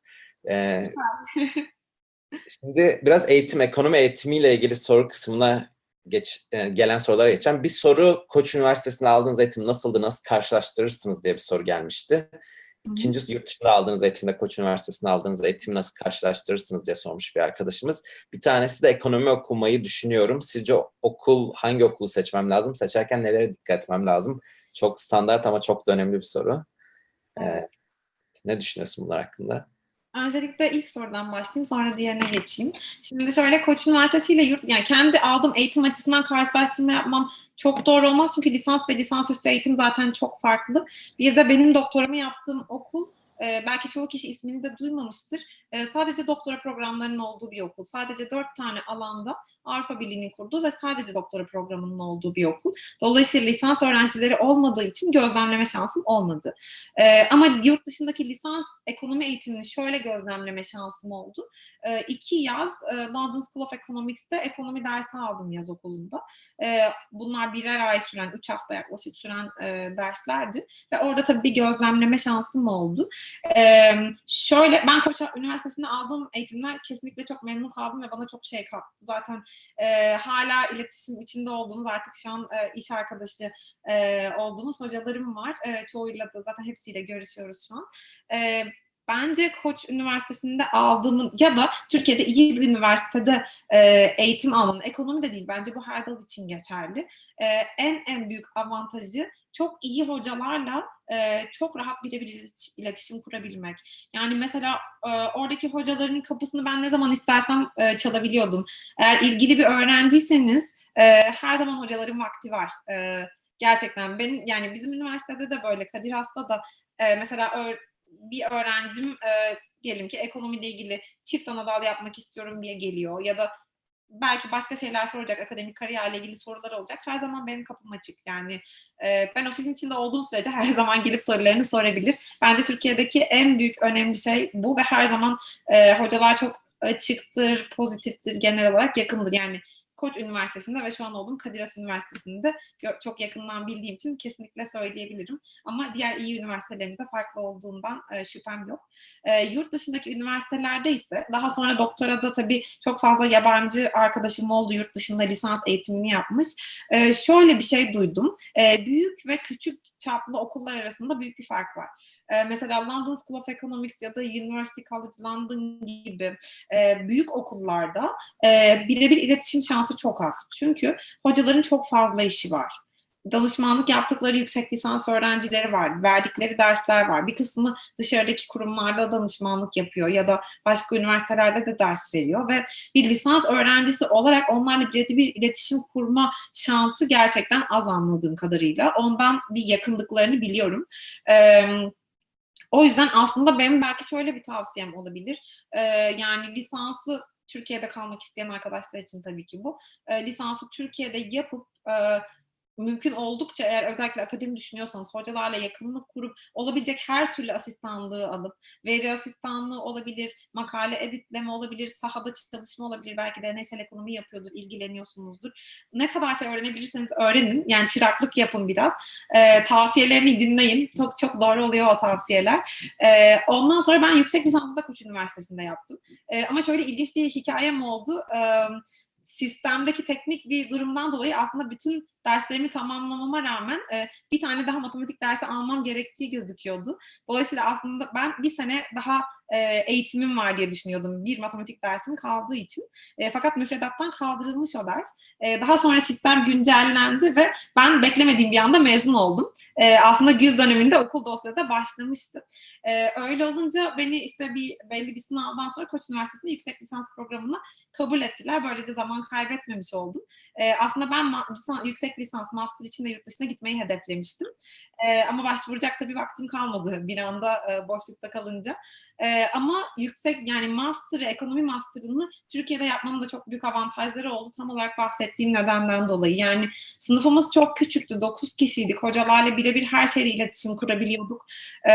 Speaker 1: Şimdi biraz ekonomi eğitimiyle ilgili soru kısmına gelen sorulara geçeceğim. Bir soru, Koç Üniversitesi'nde aldığınız eğitim nasıldı, nasıl karşılaştırırsınız diye bir soru gelmişti. İkincisi, yurt dışında aldığınız eğitimle Koç Üniversitesi'nde aldığınız eğitimi nasıl karşılaştırırsınız diye sormuş bir arkadaşımız. Bir tanesi de ekonomi okumayı düşünüyorum. Sizce hangi okulu seçmem lazım? Seçerken nelere dikkat etmem lazım? Çok standart ama çok da önemli bir soru. Ne düşünüyorsun bunlar hakkında?
Speaker 2: Öncelikle ilk sorudan başlayayım, sonra diğerine geçeyim. Şimdi şöyle, Koç Üniversitesi ile yani kendi aldığım eğitim açısından karşılaştırma yapmam çok doğru olmaz. Çünkü lisans ve lisansüstü eğitim zaten çok farklı. Bir de benim doktoramı yaptığım okul, belki çoğu kişi ismini de duymamıştır. Sadece doktora programlarının olduğu bir okul. Sadece 4 tane alanda Avrupa Birliği'nin kurduğu ve sadece doktora programının olduğu bir okul. Dolayısıyla lisans öğrencileri olmadığı için gözlemleme şansım olmadı. Ama yurt dışındaki lisans ekonomi eğitimini şöyle gözlemleme şansım oldu. 2 yaz London School of Economics'te ekonomi dersi aldım yaz okulunda. Bunlar birer ay süren, 3 hafta yaklaşık süren derslerdi. Ve orada tabii bir gözlemleme şansım oldu. Şöyle, ben Koç Üniversitesi'nde aldığım eğitimden kesinlikle çok memnun kaldım ve bana çok şey kattı. Zaten hala iletişim içinde olduğumuz, artık şu an iş arkadaşı olduğumuz hocalarım var. Çoğuyla da zaten hepsiyle görüşüyoruz şu an. bence Koç Üniversitesi'nde aldığımın ya da Türkiye'de iyi bir üniversitede eğitim almanın, ekonomi de değil bence bu her dal için geçerli. En büyük avantajı çok iyi hocalarla çok rahat birebir iletişim kurabilmek. Yani mesela oradaki hocaların kapısını ben ne zaman istersem çalabiliyordum. Eğer ilgili bir öğrenciyseniz her zaman hocaların vakti var. Gerçekten benim yani bizim üniversitede de böyle Kadir Has'ta da mesela bir öğrencim diyelim ki ekonomiyle ilgili çift anadal yapmak istiyorum diye geliyor ya da belki başka şeyler soracak, akademik kariyerle ilgili sorular olacak. Her zaman benim kapım açık. Yani ben ofisin içinde olduğum sürece her zaman gelip sorularını sorabilir. Bence Türkiye'deki en büyük önemli şey bu ve her zaman hocalar çok açıktır, pozitiftir, genel olarak yakındır. Yani Koç Üniversitesi'nde ve şu an olduğum Kadir Has Üniversitesi'nde çok yakından bildiğim için kesinlikle söyleyebilirim. Ama diğer iyi üniversitelerimizde farklı olduğundan şüphem yok. Yurt dışındaki üniversitelerde ise daha sonra doktorada tabii çok fazla yabancı arkadaşım oldu. Yurt dışında lisans eğitimini yapmış. Şöyle bir şey duydum. Büyük ve küçük çaplı okullar arasında büyük bir fark var. Mesela London School of Economics ya da University College London gibi büyük okullarda birebir iletişim şansı çok az. Çünkü hocaların çok fazla işi var. Danışmanlık yaptıkları yüksek lisans öğrencileri var. Verdikleri dersler var. Bir kısmı dışarıdaki kurumlarda danışmanlık yapıyor ya da başka üniversitelerde de ders veriyor ve bir lisans öğrencisi olarak onlarla birebir iletişim kurma şansı gerçekten az anladığım kadarıyla. Ondan bir yakınlıklarını biliyorum. O yüzden aslında benim belki şöyle bir tavsiyem olabilir. Yani lisansı Türkiye'de kalmak isteyen arkadaşlar için tabii ki bu. Lisansı Türkiye'de yapıp mümkün oldukça eğer özellikle akademi düşünüyorsanız hocalarla yakınlık kurup olabilecek her türlü asistanlığı alıp veri asistanlığı olabilir, makale editleme olabilir, sahada çalışma olabilir, belki deneysel ekonomi yapıyordur, ilgileniyorsunuzdur. Ne kadar şey öğrenebilirseniz öğrenin. Yani çıraklık yapın biraz. Tavsiyelerini dinleyin. Çok çok doğru oluyor o tavsiyeler. Ondan sonra ben yüksek lisansı da Koç Üniversitesi'nde yaptım. Ama şöyle ilginç bir hikayem oldu. Sistemdeki teknik bir durumdan dolayı aslında bütün derslerimi tamamlamama rağmen bir tane daha matematik dersi almam gerektiği gözüküyordu. Dolayısıyla aslında ben bir sene daha eğitimim var diye düşünüyordum. Bir matematik dersim kaldığı için. Fakat müfredattan kaldırılmış o ders. Daha sonra sistem güncellendi ve ben beklemediğim bir anda mezun oldum. Aslında güz döneminde okulda o sırada başlamıştım. Öyle olunca beni işte belli bir sınavdan sonra Koç Üniversitesi'nde yüksek lisans programına kabul ettiler. Böylece zaman kaybetmemiş oldum. Aslında ben yüksek lisans, master için de yurt dışına gitmeyi hedeflemiştim. Ama başvuracak da bir vaktim kalmadı bir anda boşlukta kalınca. Ama yüksek yani ekonomi master'ını Türkiye'de yapmanın da çok büyük avantajları oldu. Tam olarak bahsettiğim nedenden dolayı. Yani sınıfımız çok küçüktü. 9 kişiydik. Hocalarla birebir her şeyle iletişim kurabiliyorduk.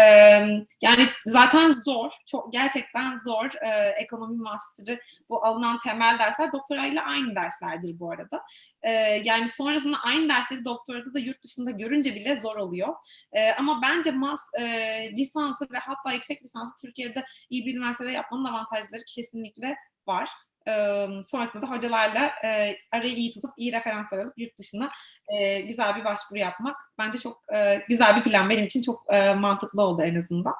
Speaker 2: Yani zaten zor. Çok gerçekten zor. Ekonomi master'ı bu alınan temel dersler doktorayla aynı derslerdir bu arada. Yani sonrasında aynı dersleri doktorada da yurt dışında görünce bile zor oluyor. Ama bence lisansı ve hatta yüksek lisansı Türkiye'de iyi bir üniversitede yapmanın avantajları kesinlikle var. Sonrasında da hocalarla arayı iyi tutup iyi referanslar alıp yurt dışına güzel bir başvuru yapmak bence çok güzel bir plan. Benim için çok mantıklı oldu en azından.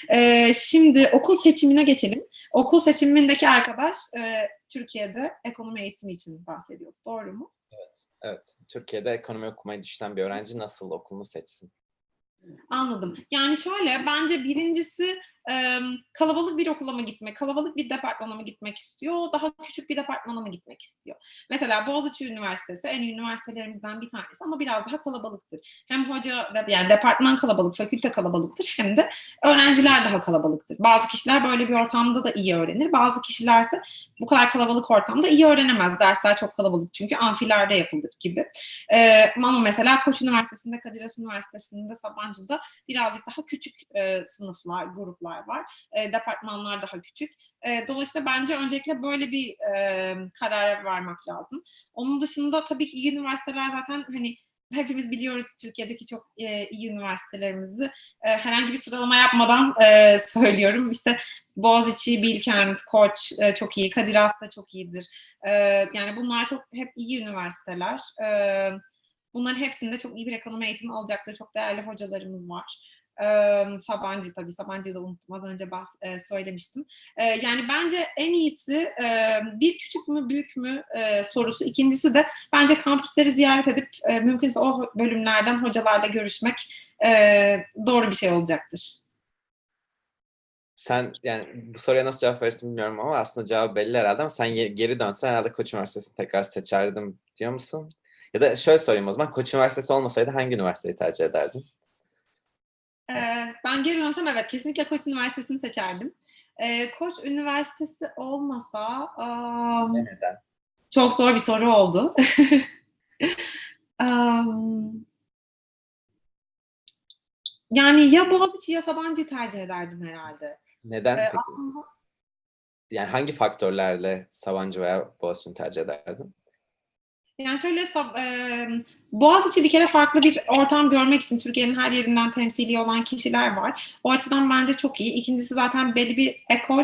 Speaker 2: Şimdi okul seçimine geçelim. Okul seçimindeki arkadaş Türkiye'de ekonomi eğitimi için bahsediyordu. Doğru mu?
Speaker 1: Evet. Türkiye'de ekonomi okumayı düşünen bir öğrenci nasıl okulunu seçsin?
Speaker 2: Anladım. Yani şöyle, bence birincisi kalabalık bir okula mı gitmek, kalabalık bir departmana mı gitmek istiyor, daha küçük bir departmana mı gitmek istiyor? Mesela Boğaziçi Üniversitesi en iyi üniversitelerimizden bir tanesi ama biraz daha kalabalıktır. Hem yani departman kalabalık, fakülte kalabalıktır hem de öğrenciler daha kalabalıktır. Bazı kişiler böyle bir ortamda da iyi öğrenir, bazı kişilerse bu kadar kalabalık ortamda iyi öğrenemez. Dersler çok kalabalık çünkü amfilerde yapılır gibi. Ama mesela Koç Üniversitesi'nde, Kadir Has Üniversitesi'nde, Sabancı'da birazcık daha küçük sınıflar, gruplar var. Departmanlar daha küçük. Dolayısıyla bence öncelikle böyle bir karara varmak lazım. Onun dışında tabii ki iyi üniversiteler zaten hani hepimiz biliyoruz Türkiye'deki çok iyi üniversitelerimizi. Herhangi bir sıralama yapmadan söylüyorum. İşte Boğaziçi, Bilkent, Koç çok iyi, Kadir Has da çok iyidir. Yani bunlar çok hep iyi üniversiteler. Bunların hepsinde çok iyi bir ekonomi eğitimi alacaktır. Çok değerli hocalarımız var. Sabancı tabii. Sabancı'yı da unuttum. Az önce söylemiştim. Yani bence en iyisi bir küçük mü büyük mü sorusu. İkincisi de bence kampüsleri ziyaret edip mümkünse o bölümlerden hocalarla görüşmek doğru bir şey olacaktır.
Speaker 1: Sen yani bu soruya nasıl cevap verirsin bilmiyorum ama aslında cevabı belli herhalde, ama sen geri dönsen herhalde Koç Üniversitesi'ni tekrar seçerdim diyor musun? Ya da şöyle sorayım o zaman, Koç Üniversitesi olmasaydı hangi üniversiteyi tercih ederdin?
Speaker 2: Ben geri dönsem evet kesinlikle Koç Üniversitesi'ni seçerdim. Koç Üniversitesi olmasa
Speaker 1: Neden?
Speaker 2: çok zor bir soru oldu. Yani ya Boğaziçi ya Sabancı'yı tercih ederdim herhalde.
Speaker 1: Neden peki?
Speaker 2: Aslında
Speaker 1: Yani hangi faktörlerle Sabancı veya Boğaziçi'ni tercih ederdin?
Speaker 2: yani şöyle Boğaziçi bir kere farklı bir ortam görmek için Türkiye'nin her yerinden temsili olan kişiler var. O açıdan bence çok iyi. İkincisi zaten belli bir ekol.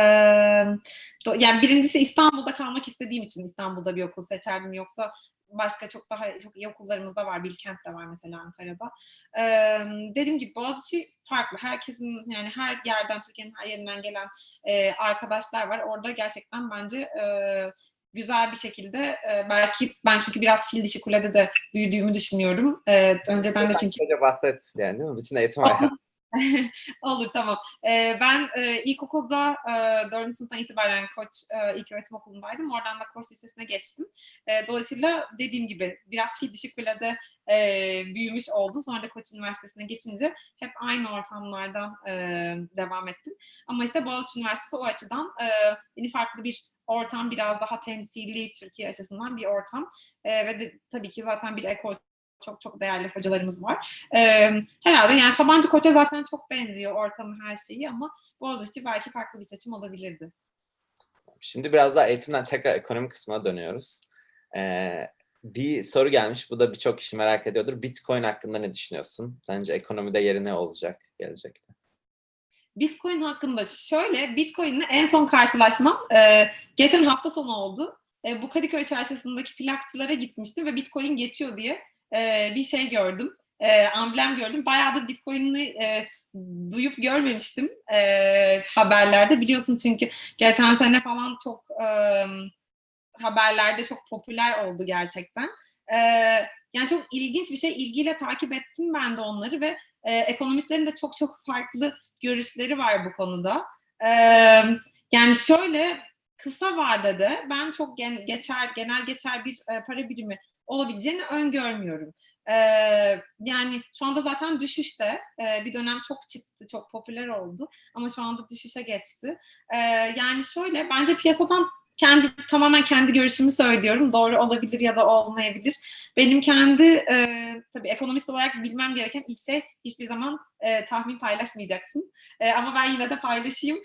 Speaker 2: Yani birincisi İstanbul'da kalmak istediğim için İstanbul'da bir okul seçerdim. Yoksa başka çok iyi okullarımız da var. Bilkent de var mesela Ankara'da. Dediğim gibi Boğaziçi farklı. Herkesin yani her yerden Türkiye'nin her yerinden gelen arkadaşlar var. Orada gerçekten bence güzel bir şekilde belki ben çünkü biraz Fil Dişi Kule'de de büyüdüğümü düşünüyorum. Önceden de çünkü
Speaker 1: Kısaca bahset yani, değil mi? Bütün eğitim hayatı.
Speaker 2: olur tamam. Ben ilkokulda 4. sınıftan itibaren Koç İlköğretim Okulu'ndaydım. Oradan da Koç Lisesi'ne geçtim. Dolayısıyla dediğim gibi biraz Fil Dişi Kule'de büyümüş oldum. Sonra da Koç Üniversitesi'ne geçince hep aynı ortamlardan devam ettim. Ama işte Boğaziçi Üniversitesi o açıdan yeni farklı bir ortam, biraz daha temsili Türkiye açısından bir ortam. Ve de, tabii ki zaten bir ekol çok çok değerli hocalarımız var. Herhalde yani Sabancı Koç'a zaten çok benziyor ortamı her şeyi ama Boğaziçi belki farklı bir seçim olabilirdi.
Speaker 1: Şimdi biraz daha eğitimden tekrar ekonomi kısmına dönüyoruz. Bir soru gelmiş. Bu da birçok kişi merak ediyordur. Bitcoin hakkında ne düşünüyorsun? Sence ekonomide yeri ne olacak gelecekte?
Speaker 2: Bitcoin hakkında şöyle, Bitcoin'le en son karşılaşmam geçen hafta sonu oldu. Bu Kadıköy Çarşısı'ndaki plakçılara gitmiştim ve Bitcoin geçiyor diye bir şey gördüm. Amblem gördüm. Bayağıdır Bitcoin'i duyup görmemiştim haberlerde. Biliyorsun çünkü geçen sene falan çok haberlerde çok popüler oldu gerçekten. E, Yani çok ilginç bir şey. İlgiyle takip ettim ben de onları ve ekonomistlerin de çok çok farklı görüşleri var bu konuda. Yani şöyle kısa vadede ben çok genel geçer bir para birimi olabileceğini öngörmüyorum. Yani şu anda zaten düşüşte. Bir dönem çok çıktı, çok popüler oldu ama şu anda düşüşe geçti. Yani şöyle bence piyasadan tamamen kendi görüşümü söylüyorum. Doğru olabilir ya da olmayabilir. Benim kendi tabii ekonomist olarak bilmem gereken ilk şey hiçbir zaman tahmin paylaşmayacaksın. Ama ben yine de paylaşayım.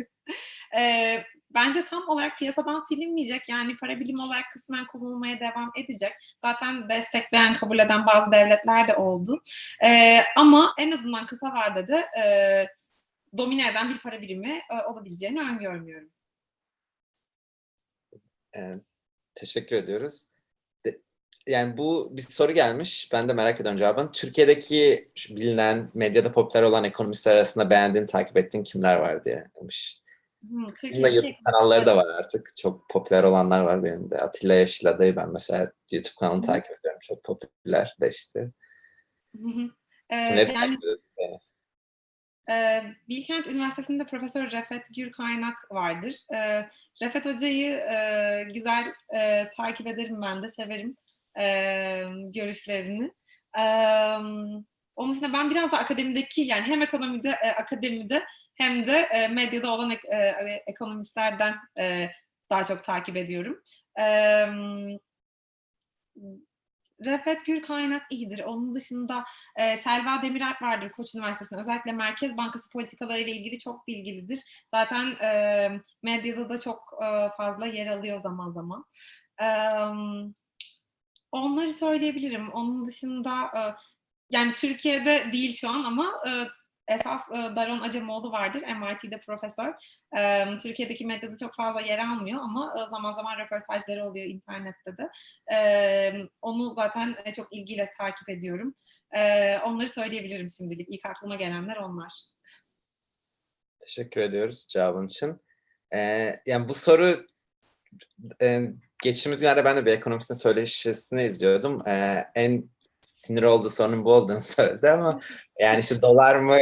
Speaker 2: Bence tam olarak piyasadan silinmeyecek. Yani para birimi olarak kısmen kullanılmaya devam edecek. Zaten destekleyen, kabul eden bazı devletler de oldu. Ama en azından kısa vadede domine eden bir para birimi olabileceğini öngörmüyorum.
Speaker 1: Teşekkür ediyoruz. Yani bu bir soru gelmiş. Ben de merak ediyorum cevabını. Türkiye'deki bilinen, medyada popüler olan ekonomistler arasında beğendiğin, takip ettiğin kimler var diye demiş. Bununla
Speaker 2: Türkiye'deki
Speaker 1: YouTube kanalları da var artık. Çok popüler olanlar var benim de. Atilla Yeşil Adayı ben mesela YouTube kanalını takip ediyorum. Çok popüler de işte. Kimleri
Speaker 2: Yani
Speaker 1: takip ediyorsun yani?
Speaker 2: Bilkent Üniversitesi'nde Profesör Refet Gürkaynak vardır. Refet Hoca'yı güzel takip ederim ben de, severim görüşlerini. Onun dışında ben biraz da akademideki yani hem akademide hem de medyada olan ekonomistlerden daha çok takip ediyorum. Refet Gürkaynak iyidir. Onun dışında Selva Demiralp vardır Koç Üniversitesi'nde. Özellikle Merkez Bankası politikaları ile ilgili çok bilgilidir. Zaten medyada da çok fazla yer alıyor zaman zaman. Onları söyleyebilirim. Onun dışında yani Türkiye'de değil şu an ama esas Daron Acemoğlu vardır, MIT'de profesör. Türkiye'deki medyada çok fazla yer almıyor ama zaman zaman röportajları oluyor internette de. Onu zaten çok ilgiyle takip ediyorum. Onları söyleyebilirim şimdilik. İlk aklıma gelenler onlar.
Speaker 1: Teşekkür ediyoruz cevabın için. Yani bu soru geçtiğimiz günlerde ben de bir ekonomistin söyleşisini izliyordum. En sinir olduğu sorunun bu olduğunu söyledi ama yani işte dolar mı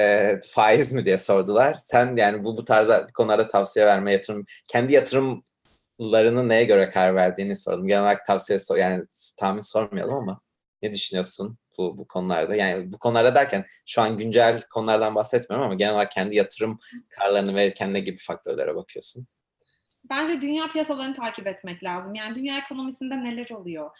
Speaker 1: faiz mi diye sordular. Sen yani bu tarz konularda tavsiye verme, kendi yatırımlarını neye göre karar verdiğini sordum. Genel olarak yani tahmin sormayalım ama ne düşünüyorsun bu konularda? Yani bu konularda derken şu an güncel konulardan bahsetmiyorum ama genel olarak kendi yatırım kararlarını verirken ne gibi faktörlere bakıyorsun?
Speaker 2: Bence dünya piyasalarını takip etmek lazım. Yani dünya ekonomisinde neler oluyor?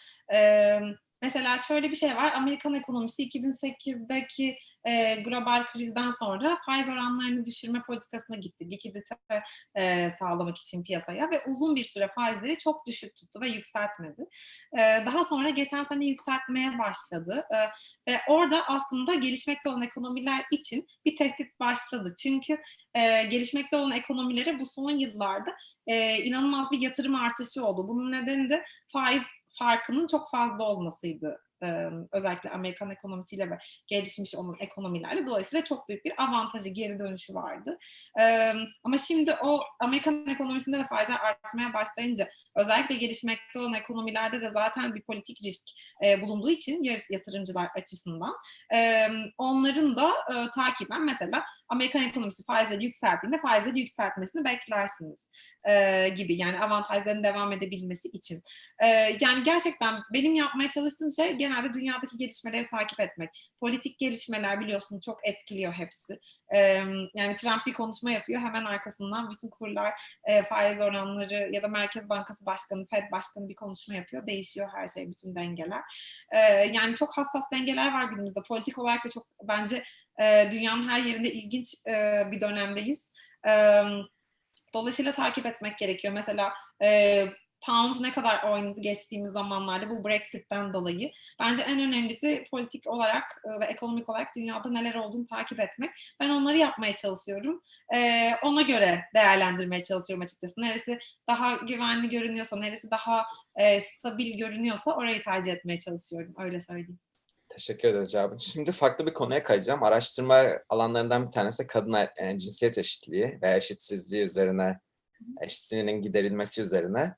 Speaker 2: Mesela şöyle bir şey var. Amerikan ekonomisi 2008'deki global krizden sonra faiz oranlarını düşürme politikasına gitti. Likidite sağlamak için piyasaya ve uzun bir süre faizleri çok düşük tuttu ve yükseltmedi. Daha sonra geçen sene yükseltmeye başladı. Ve orada aslında gelişmekte olan ekonomiler için bir tehdit başladı. Çünkü gelişmekte olan ekonomilere bu son yıllarda inanılmaz bir yatırım artışı oldu. Bunun nedeni de faiz farkının çok fazla olmasıydı. Özellikle Amerikan ekonomisiyle ve gelişmiş olan ekonomilerle. Dolayısıyla çok büyük bir avantajı, geri dönüşü vardı. Ama şimdi o Amerikan ekonomisinde de faizler artmaya başlayınca özellikle gelişmekte olan ekonomilerde de zaten bir politik risk bulunduğu için yatırımcılar açısından onların da takiben mesela Amerikan ekonomisi faizleri yükseldiğinde faizleri yükseltmesini beklersiniz gibi. Yani avantajların devam edebilmesi için. Yani gerçekten benim yapmaya çalıştığım şey genelde dünyadaki gelişmeleri takip etmek. Politik gelişmeler biliyorsun çok etkiliyor hepsi. Yani Trump bir konuşma yapıyor, hemen arkasından bütün kurlar, faiz oranları ya da Merkez Bankası Başkanı, Fed Başkanı bir konuşma yapıyor. Değişiyor her şey, bütün dengeler. Yani çok hassas dengeler var günümüzde. Politik olarak da çok bence dünyanın her yerinde ilginç bir dönemdeyiz. Dolayısıyla takip etmek gerekiyor. Mesela Pound ne kadar oynadı geçtiğimiz zamanlarda bu Brexit'ten dolayı. Bence en önemlisi politik olarak ve ekonomik olarak dünyada neler olduğunu takip etmek. Ben onları yapmaya çalışıyorum. Ona göre değerlendirmeye çalışıyorum açıkçası. Neresi daha güvenli görünüyorsa, neresi daha stabil görünüyorsa orayı tercih etmeye çalışıyorum. Öyle söyleyeyim.
Speaker 1: Teşekkür ederim cevabın için. Şimdi farklı bir konuya kayacağım. Araştırma alanlarından bir tanesi de kadın cinsiyet eşitliği veya eşitsizliği üzerine, eşitsizliğinin giderilmesi üzerine.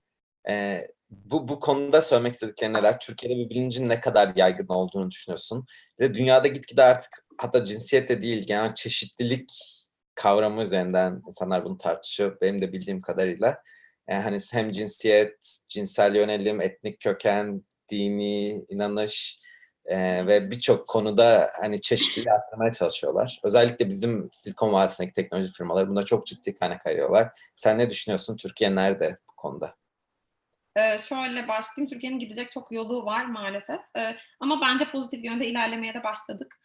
Speaker 1: Bu konuda söylemek istedikleri neler? Türkiye'de bu bilincin ne kadar yaygın olduğunu düşünüyorsun? Ve dünyada gitgide artık hatta cinsiyet de değil, genel çeşitlilik kavramı üzerinden insanlar bunu tartışıyor. Benim de bildiğim kadarıyla. Hani hem cinsiyet, cinsel yönelim, etnik köken, dini inanış ve birçok konuda hani çeşitliliği arttırmaya çalışıyorlar. Özellikle bizim Silikon Vadisi'ndeki teknoloji firmaları buna çok ciddi kaynak ayırıyorlar. Sen ne düşünüyorsun? Türkiye nerede bu konuda?
Speaker 2: Şöyle başlayayım. Türkiye'nin gidecek çok yolu var maalesef. Ama bence pozitif yönde ilerlemeye de başladık.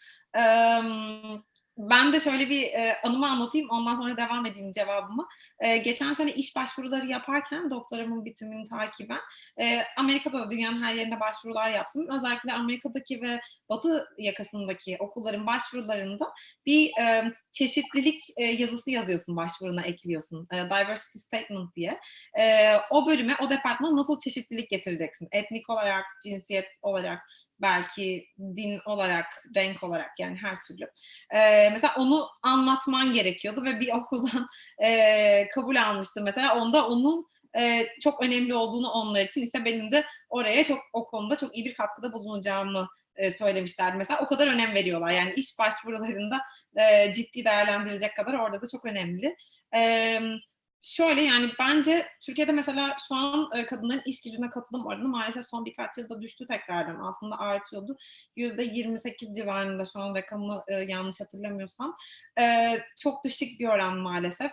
Speaker 2: Ben de şöyle bir anımı anlatayım. Ondan sonra devam edeyim cevabımı. Geçen sene iş başvuruları yaparken doktoramın bitimini takiben Amerika'da da dünyanın her yerine başvurular yaptım. Özellikle Amerika'daki ve Batı yakasındaki okulların başvurularında bir çeşitlilik yazısı yazıyorsun, başvuruna ekliyorsun. Diversity Statement diye. O bölüme, o departmana nasıl çeşitlilik getireceksin? Etnik olarak, cinsiyet olarak, belki din olarak, renk olarak, yani her türlü. Mesela onu anlatman gerekiyordu ve bir okuldan kabul almıştım. Mesela onda onun çok önemli olduğunu onlar için, işte benim de oraya çok o konuda çok iyi bir katkıda bulunacağımı söylemişlerdi. Mesela o kadar önem veriyorlar. Yani iş başvurularında ciddi değerlendirecek kadar orada da çok önemli. Şöyle, yani bence Türkiye'de mesela şu an kadınların iş gücüne katılım oranı maalesef son birkaç yılda düştü tekrardan. Aslında artıyordu. %28 civarında şu an rakamı, yanlış hatırlamıyorsam. Çok düşük bir oran maalesef.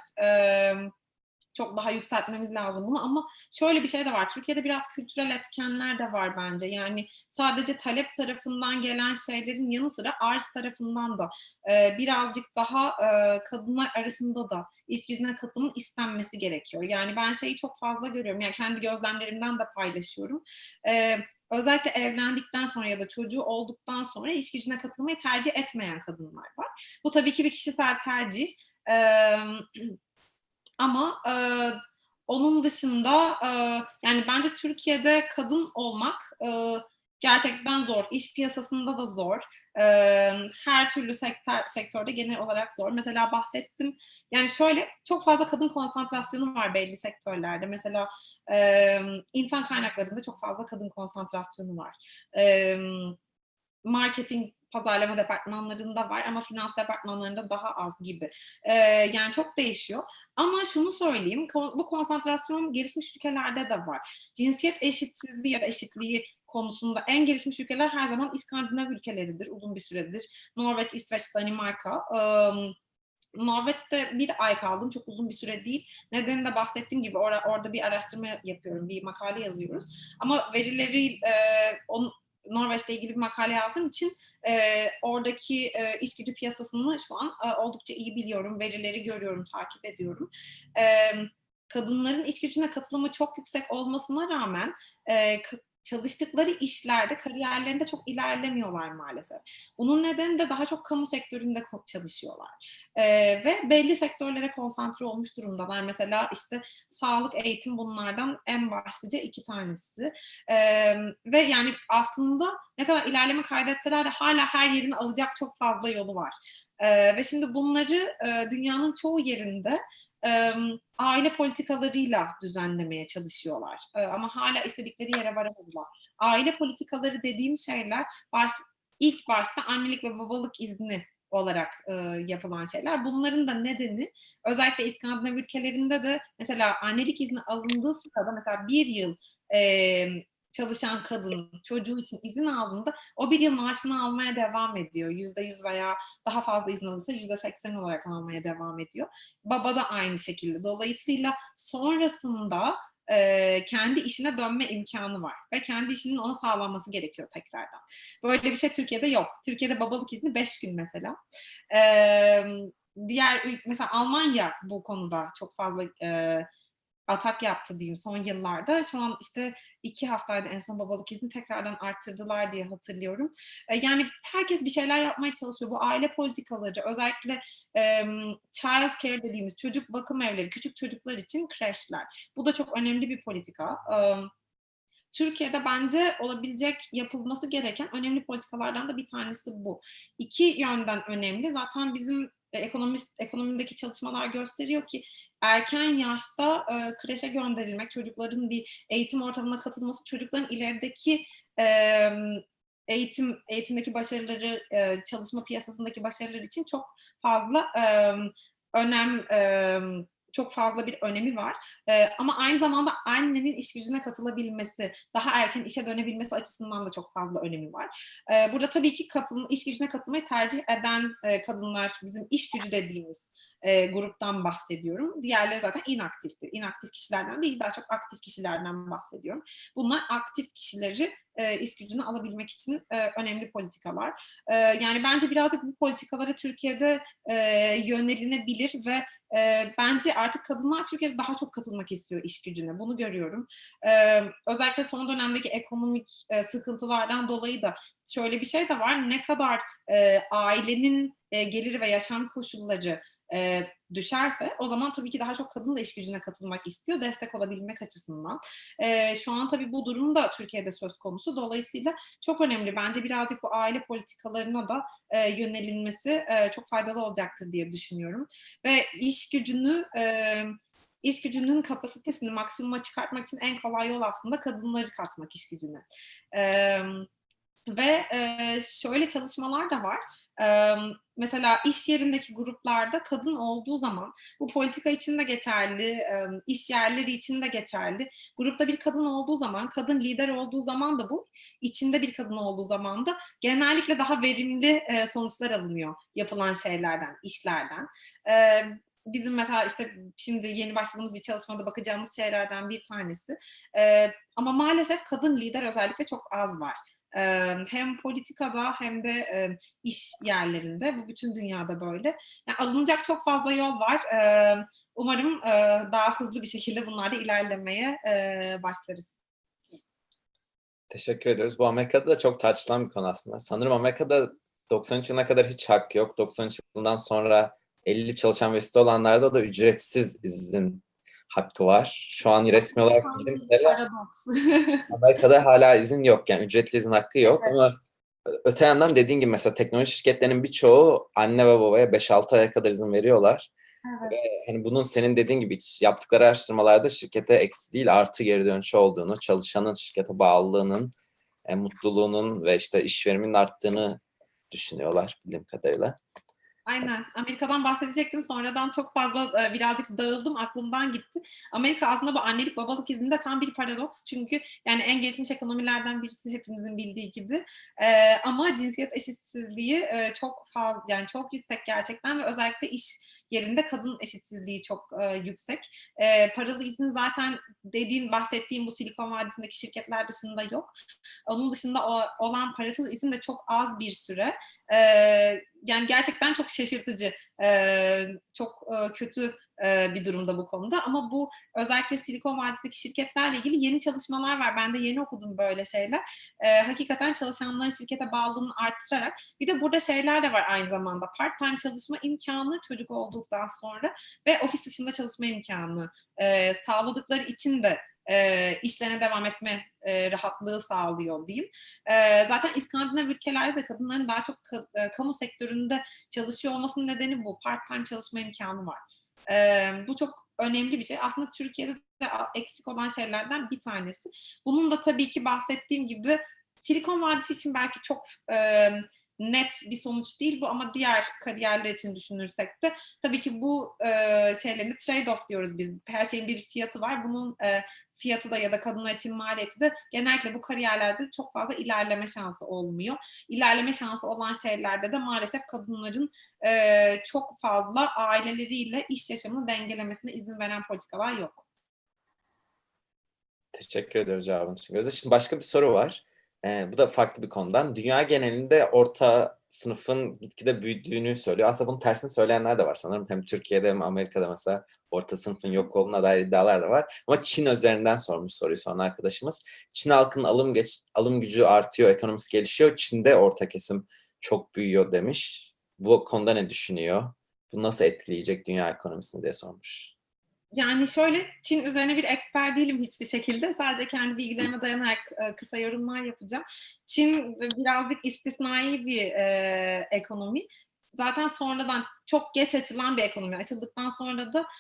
Speaker 2: Çok daha yükseltmemiz lazım bunu, ama şöyle bir şey de var. Türkiye'de biraz kültürel etkenler de var bence. Yani sadece talep tarafından gelen şeylerin yanı sıra arz tarafından da birazcık daha kadınlar arasında da iş gücüne katılımın istenmesi gerekiyor. Yani ben şeyi çok fazla görüyorum. Yani kendi gözlemlerimden de paylaşıyorum. özellikle evlendikten sonra ya da çocuğu olduktan sonra iş gücüne katılmayı tercih etmeyen kadınlar var. Bu tabii ki bir kişisel tercih. Ama onun dışında yani bence Türkiye'de kadın olmak gerçekten zor. İş piyasasında da zor. Her türlü sektörde genel olarak zor. Mesela bahsettim. Yani şöyle çok fazla kadın konsantrasyonu var belli sektörlerde. Mesela insan kaynaklarında çok fazla kadın konsantrasyonu var. Marketing, pazarlama departmanlarında var ama finans departmanlarında daha az gibi. Yani çok değişiyor. Ama şunu söyleyeyim, bu konsantrasyon gelişmiş ülkelerde de var. Cinsiyet eşitsizliği ya da eşitliği konusunda en gelişmiş ülkeler her zaman İskandinav ülkeleridir uzun bir süredir. Norveç, İsveç, Danimarka. Norveç'te bir ay kaldım. Çok uzun bir süre değil. Nedeni de bahsettiğim gibi orada bir araştırma yapıyorum. Bir makale yazıyoruz. Ama verileri Norveç'le ilgili bir makale yazdığım için oradaki iş gücü piyasasını şu an oldukça iyi biliyorum. Verileri görüyorum, takip ediyorum. Kadınların iş gücüne katılımı çok yüksek olmasına rağmen çalıştıkları işlerde, kariyerlerinde çok ilerlemiyorlar maalesef. Bunun nedeni de daha çok kamu sektöründe çalışıyorlar. Ve belli sektörlere konsantre olmuş durumdalar. Mesela işte sağlık, eğitim bunlardan en başlıca 2 tanesi. Ve yani aslında ne kadar ilerleme kaydetseler de hala her yerini alacak çok fazla yolu var. Ve şimdi bunları dünyanın çoğu yerinde aile politikalarıyla düzenlemeye çalışıyorlar. Ama hala istedikleri yere varamadılar. Aile politikaları dediğim şeyler ilk başta annelik ve babalık izni olarak yapılan şeyler. Bunların da nedeni özellikle İskandinav ülkelerinde de mesela annelik izni alındığı sırada mesela 1 yıl çalışan kadın çocuğu için izin aldığında o 1 yıl maaşını almaya devam ediyor. %100 veya daha fazla izin alırsa %80 olarak almaya devam ediyor. Baba da aynı şekilde. Dolayısıyla sonrasında kendi işine dönme imkanı var ve kendi işinin ona sağlanması gerekiyor tekrardan. Böyle bir şey Türkiye'de yok. Türkiye'de babalık izni 5 gün mesela. Mesela Almanya bu konuda çok fazla atak yaptı diyeyim son yıllarda. Şu an işte 2 haftaydı en son babalık izni tekrardan arttırdılar diye hatırlıyorum. Yani herkes bir şeyler yapmaya çalışıyor. Bu aile politikaları özellikle child care dediğimiz çocuk bakım evleri, küçük çocuklar için kreşler. Bu da çok önemli bir politika. Türkiye'de bence olabilecek, yapılması gereken önemli politikalardan da bir tanesi bu. 2 yönden önemli. Zaten bizim ekonomideki çalışmalar gösteriyor ki erken yaşta kreşe gönderilmek, çocukların bir eğitim ortamına katılması, çocukların ilerideki eğitimdeki başarıları, çalışma piyasasındaki başarıları için çok fazla önem çok fazla bir önemi var. Ama aynı zamanda annenin iş gücüne katılabilmesi, daha erken işe dönebilmesi açısından da çok fazla önemi var. Burada tabii ki iş gücüne katılmayı tercih eden kadınlar, bizim iş gücü dediğimiz gruptan bahsediyorum. Diğerleri zaten inaktiftir. İnaktif kişilerden değil, daha çok aktif kişilerden bahsediyorum. Bunlar aktif kişileri iş gücüne alabilmek için önemli politikalar. Yani bence birazcık bu politikalara Türkiye'de yönelinebilir ve bence artık kadınlar Türkiye'de daha çok katılmak istiyor iş gücüne. Bunu görüyorum. Özellikle son dönemdeki ekonomik sıkıntılardan dolayı da şöyle bir şey de var. Ne kadar ailenin geliri ve yaşam koşulları düşerse o zaman tabii ki daha çok kadın da iş gücüne katılmak istiyor destek olabilmek açısından. Şu an tabii bu durum da Türkiye'de söz konusu. Dolayısıyla çok önemli. Bence birazcık bu aile politikalarına da yönelinmesi çok faydalı olacaktır diye düşünüyorum. Ve iş gücünün kapasitesini maksimuma çıkartmak için en kolay yol aslında kadınları katmak iş gücüne. Ve şöyle çalışmalar da var. Mesela iş yerindeki gruplarda kadın olduğu zaman, bu politika için de geçerli, iş yerleri için de geçerli. Grupta bir kadın olduğu zaman, kadın lider olduğu zaman da bu, içinde bir kadın olduğu zaman da genellikle daha verimli sonuçlar alınıyor yapılan şeylerden, işlerden. Bizim mesela işte şimdi yeni başladığımız bir çalışmada bakacağımız şeylerden bir tanesi. Ama maalesef kadın lider özellikle çok az var. Hem politikada hem de iş yerlerinde, bu bütün dünyada böyle. Yani alınacak çok fazla yol var. Umarım daha hızlı bir şekilde bunlarda ilerlemeye başlarız.
Speaker 1: Teşekkür ediyoruz. Bu Amerika'da da çok tartışılan bir konu aslında. Sanırım Amerika'da 93 yılına kadar hiç hak yok. 93 yılından sonra 50 çalışan ve üstü olanlarda da ücretsiz izin hakkı var. Şu an resmi olarak
Speaker 2: Tam
Speaker 1: bildiğim
Speaker 2: bir
Speaker 1: kadarıyla
Speaker 2: paradoks.
Speaker 1: Amerika'da hala izin yok. Yani ücretli izin hakkı yok
Speaker 2: Evet,
Speaker 1: ama öte yandan dediğin gibi mesela teknoloji şirketlerinin birçoğu anne ve babaya 5-6 aya kadar izin veriyorlar.
Speaker 2: evet.
Speaker 1: Hani bunun senin dediğin gibi yaptıkları araştırmalarda şirkete eksi değil artı geri dönüşü olduğunu, çalışanın şirkete bağlılığının, mutluluğunun ve işte iş veriminin arttığını düşünüyorlar bildiğim kadarıyla.
Speaker 2: Aynen. Amerika'dan bahsedecektim. Sonradan çok fazla birazcık dağıldım. Aklımdan gitti. Amerika aslında bu annelik babalık izninde tam bir paradoks. Çünkü yani en gelişmiş ekonomilerden birisi hepimizin bildiği gibi. Ama cinsiyet eşitsizliği çok fazla, yani çok yüksek gerçekten ve özellikle iş yerinde kadın eşitsizliği çok yüksek. Paralı izin zaten bahsettiğim bu Silikon Vadisi'ndeki şirketler dışında yok. Onun dışında olan parasız izin de çok az bir süre. Yani gerçekten çok şaşırtıcı, çok kötü bir durumda bu konuda. Ama bu özellikle Silikon Vadisi'ndeki şirketlerle ilgili yeni çalışmalar var. Ben de yeni okudum böyle şeyler. Hakikaten çalışanların şirkete bağlılığını arttırarak. Bir de burada şeyler de var aynı zamanda. Part-time çalışma imkanı çocuk olduktan sonra ve ofis dışında çalışma imkanı sağladıkları için de işlerine devam etme rahatlığı sağlıyor diyeyim. Zaten İskandinav ülkelerde de kadınların daha çok kamu sektöründe çalışıyor olmasının nedeni bu. Part-time çalışma imkanı var. Bu çok önemli bir şey. Aslında Türkiye'de de eksik olan şeylerden bir tanesi. Bunun da tabii ki bahsettiğim gibi Silikon Vadisi için belki çok net bir sonuç değil bu ama diğer kariyerler için düşünürsek de tabii ki bu şeylerini trade-off diyoruz biz. Her şeyin bir fiyatı var. Bunun fiyatı da ya da kadınlar için maliyeti de genellikle bu kariyerlerde çok fazla ilerleme şansı olmuyor. İlerleme şansı olan şeylerde de maalesef kadınların çok fazla aileleriyle iş yaşamını dengelemesine izin veren politikalar yok.
Speaker 1: Teşekkür ediyoruz cevabın için Gözde. Şimdi başka bir soru var. Bu da farklı bir konudan. Dünya genelinde orta sınıfın gitgide büyüdüğünü söylüyor. Aslında bunun tersini söyleyenler de var sanırım. Hem Türkiye'de hem Amerika'da mesela orta sınıfın yok olduğuna dair iddialar da var. Ama Çin üzerinden sormuş soruyu soran arkadaşımız. Çin halkının alım gücü artıyor, ekonomisi gelişiyor. Çin'de orta kesim çok büyüyor demiş. Bu konuda ne düşünüyor? Bu nasıl etkileyecek dünya ekonomisini diye sormuş.
Speaker 2: Yani şöyle, Çin üzerine bir eksper değilim hiçbir şekilde. Sadece kendi bilgilerime dayanarak kısa yorumlar yapacağım. Çin birazcık istisnai bir ekonomi. Zaten sonradan çok geç açılan bir ekonomi. Açıldıktan sonra da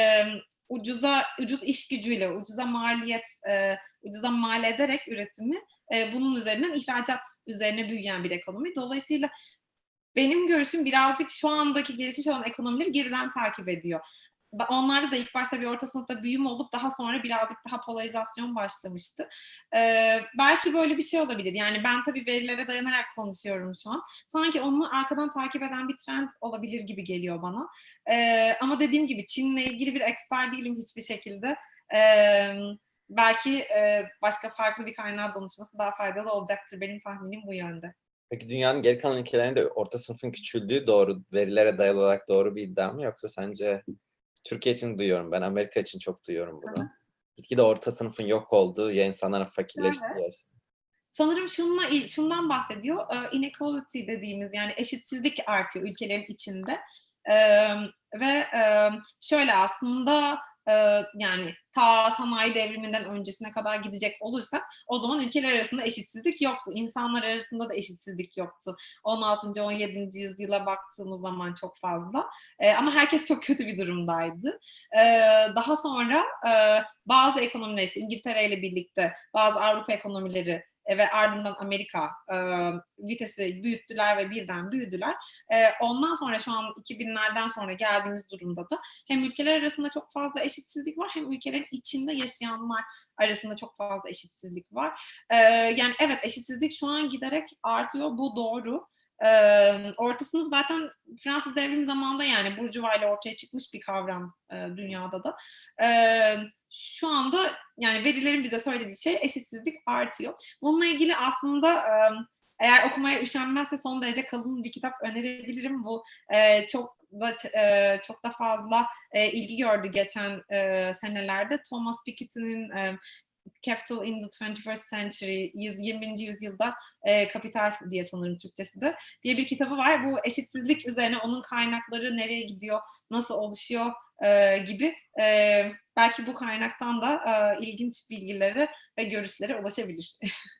Speaker 2: ucuz iş gücüyle, ucuza mal ederek üretimi bunun üzerinden ihracat üzerine büyüyen bir ekonomi. Dolayısıyla benim görüşüm birazcık şu andaki gelişmiş olan ekonomileri geriden takip ediyor. Onlarda da ilk başta bir orta sınıfta büyüme olup daha sonra birazcık daha polarizasyon başlamıştı. Belki böyle bir şey olabilir. Yani ben tabii verilere dayanarak konuşuyorum şu an. Sanki onu arkadan takip eden bir trend olabilir gibi geliyor bana. Ama dediğim gibi Çin'le ilgili bir expert değilim hiçbir şekilde. Belki başka farklı bir kaynağa danışması daha faydalı olacaktır. Benim tahminim bu yönde.
Speaker 1: Peki dünyanın geri kalan ülkelerinde orta sınıfın küçüldüğü doğru, verilere dayalı olarak doğru bir iddia mı? Yoksa sence Türkiye için duyuyorum ben, Amerika için çok duyuyorum bunu. Gitgide orta sınıfın yok olduğu, ya insanların fakirleştiği.
Speaker 2: Sanırım şundan bahsediyor. Inequality dediğimiz yani eşitsizlik artıyor ülkelerin içinde. Ve şöyle aslında yani ta sanayi devriminden öncesine kadar gidecek olursak o zaman ülkeler arasında eşitsizlik yoktu. İnsanlar arasında da eşitsizlik yoktu. 16. 17. yüzyıla baktığımız zaman çok fazla. Ama herkes çok kötü bir durumdaydı. Daha sonra bazı ekonomiler işte İngiltere ile birlikte bazı Avrupa ekonomileri ve ardından Amerika vitesi büyüttüler ve birden büyüdüler. Ondan sonra şu an 2000'lerden sonra geldiğimiz durumda da hem ülkeler arasında çok fazla eşitsizlik var hem ülkelerin içinde yaşayanlar arasında çok fazla eşitsizlik var. Yani evet eşitsizlik şu an giderek artıyor. Bu doğru. Orta sınıf zaten Fransız devrimi zamanında yani Burjuva ile ortaya çıkmış bir kavram dünyada da. Şu anda yani verilerin bize söylediği şey eşitsizlik artıyor. Bununla ilgili aslında eğer okumaya üşenmezse son derece kalın bir kitap önerebilirim. Bu çok da fazla ilgi gördü geçen senelerde. Thomas Piketty'nin Capital in the 21st Century, 20. yüzyılda Kapital diye sanırım Türkçesi de, diye bir kitabı var. Bu eşitsizlik üzerine, onun kaynakları nereye gidiyor, nasıl oluşuyor gibi belki bu kaynaktan da ilginç bilgilere ve görüşlere ulaşabilir.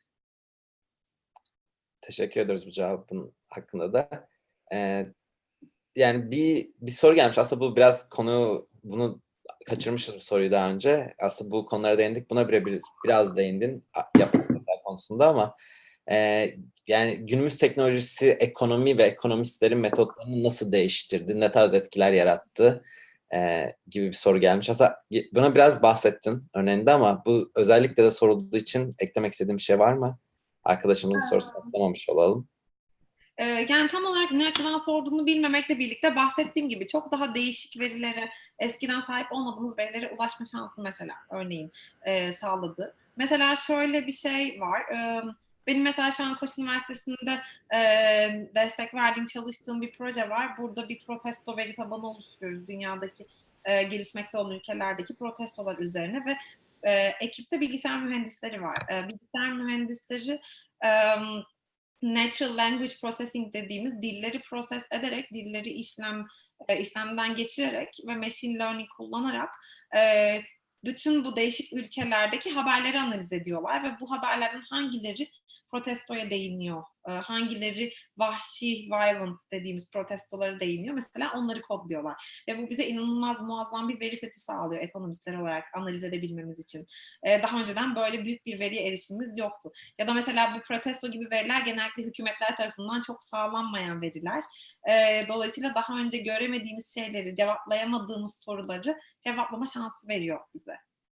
Speaker 1: Teşekkür ederiz bu cevabın hakkında da. Yani bir soru gelmiş. Aslında bu biraz bunu kaçırmışız bu soruyu daha önce. Aslında bu konulara değindik. Buna biraz değindin yapay zeka konusunda ama yani günümüz teknolojisi ekonomi ve ekonomistlerin metotlarını nasıl değiştirdi, ne tarz etkiler yarattı gibi bir soru gelmiş. Aslında buna biraz bahsettin örneğinde ama bu özellikle de sorulduğu için eklemek istediğim bir şey var mı? Arkadaşımızın sorusunu atlamamış olalım.
Speaker 2: Yani tam olarak ne açıdan sorduğunu bilmemekle birlikte bahsettiğim gibi çok daha değişik verilere, eskiden sahip olmadığımız verilere ulaşma şansı mesela örneğin sağladı. Mesela şöyle bir şey var. Benim mesela şu an Koç Üniversitesi'nde destek verdiğim, çalıştığım bir proje var. Burada bir protesto veri tabanı oluşturuyoruz dünyadaki gelişmekte olan ülkelerdeki protestolar üzerine ve ekipte bilgisayar mühendisleri var. Bilgisayar mühendisleri natural language processing dediğimiz dilleri proses ederek, dilleri işlemden geçirerek ve machine learning kullanarak bütün bu değişik ülkelerdeki haberleri analiz ediyorlar ve bu haberlerden hangileri protestoya değiniyor, hangileri vahşi, violent dediğimiz protestolara değiniyor. Mesela onları kodluyorlar. Ve bu bize inanılmaz muazzam bir veri seti sağlıyor ekonomistler olarak analiz edebilmemiz için. Daha önceden böyle büyük bir veriye erişimimiz yoktu. Ya da mesela bu protesto gibi veriler genellikle hükümetler tarafından çok sağlanmayan veriler. Dolayısıyla daha önce göremediğimiz şeyleri, cevaplayamadığımız soruları cevaplama şansı veriyor bize.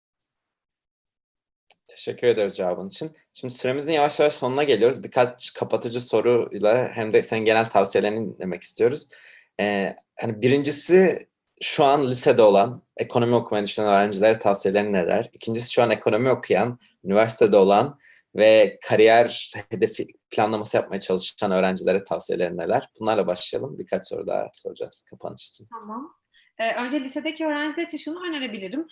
Speaker 1: Teşekkür ederiz cevabın için. Şimdi süremizin yavaş yavaş sonuna geliyoruz. Birkaç kapatıcı soruyla hem de senin genel tavsiyelerini dinlemek istiyoruz. Hani birincisi şu an lisede olan, ekonomi okumayı düşünen öğrencilere tavsiyelerin neler? İkincisi şu an ekonomi okuyan, üniversitede olan ve kariyer hedefi planlaması yapmaya çalışan öğrencilere tavsiyelerin neler? Bunlarla başlayalım. Birkaç soru daha soracağız kapanış için.
Speaker 2: Tamam. Önce lisedeki öğrenciler için şunu önerebilirim.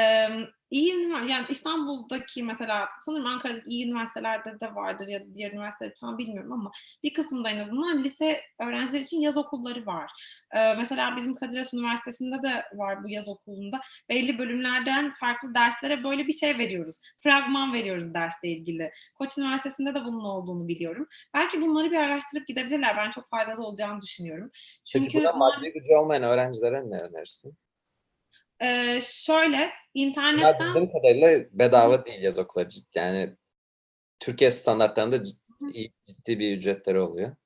Speaker 2: Yani İstanbul'daki mesela, sanırım Ankara'daki iyi üniversitelerde de vardır ya da diğer üniversitelerde tam bilmiyorum ama bir kısmında en azından lise öğrenciler için yaz okulları var. Mesela bizim Kadir Has Üniversitesi'nde de var bu yaz okulunda. Belli bölümlerden farklı derslere böyle bir şey veriyoruz. Fragman veriyoruz dersle ilgili. Koç Üniversitesi'nde de bunun olduğunu biliyorum. Belki bunları bir araştırıp gidebilirler. Ben çok faydalı olacağını düşünüyorum.
Speaker 1: Peki
Speaker 2: Çünkü
Speaker 1: buna maddi gücü olmayan öğrencilere ne önerirsin?
Speaker 2: şöyle
Speaker 1: Bunlar
Speaker 2: internetten
Speaker 1: bildiğim kadarıyla bedava değil yaz okulları. Yani Türkiye standartlarında ciddi bir ücretleri oluyor.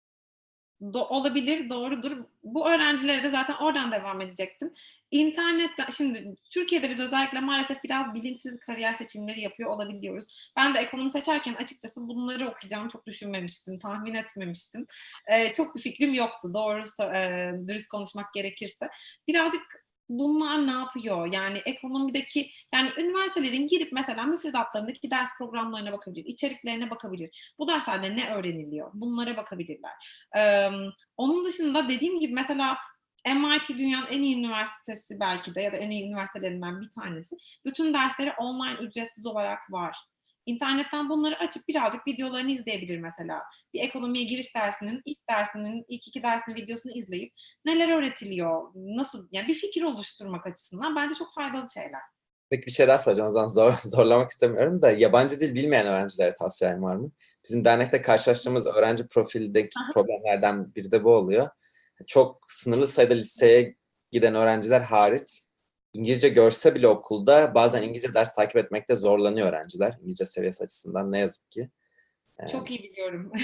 Speaker 2: olabilir, doğrudur. Bu öğrencilere de zaten oradan devam edecektim. İnternetten, şimdi Türkiye'de biz özellikle maalesef biraz bilinçsiz kariyer seçimleri yapıyor olabiliyoruz. Ben de ekonomi seçerken açıkçası bunları okuyacağımı çok düşünmemiştim, tahmin etmemiştim. Çok bir fikrim yoktu, doğrusu dürüst konuşmak gerekirse. Birazcık bunlar ne yapıyor? Yani ekonomideki, yani üniversitelerin girip mesela müfredatlarındaki ders programlarına bakabilir, içeriklerine bakabilir. Bu derslerde ne öğreniliyor? Bunlara bakabilirler. Onun dışında dediğim gibi mesela MIT dünyanın en iyi üniversitesi belki de ya da en iyi üniversitelerinden bir tanesi. Bütün dersleri online ücretsiz olarak var. İnternetten bunları açıp birazcık videolarını izleyebilir mesela. Bir ekonomiye giriş dersinin ilk iki dersinin videosunu izleyip neler öğretiliyor, nasıl, yani bir fikir oluşturmak açısından bence çok faydalı şeyler.
Speaker 1: Peki bir şey daha soracağım. O zaman zorlamak istemiyorum da yabancı dil bilmeyen öğrencilere tavsiyen var mı? Bizim dernekte karşılaştığımız öğrenci profildeki problemlerden biri de bu oluyor. Çok sınırlı sayıda liseye giden öğrenciler hariç İngilizce görse bile okulda bazen İngilizce ders takip etmekte zorlanıyor öğrenciler. İngilizce seviyesi açısından ne yazık ki.
Speaker 2: Çok iyi biliyorum.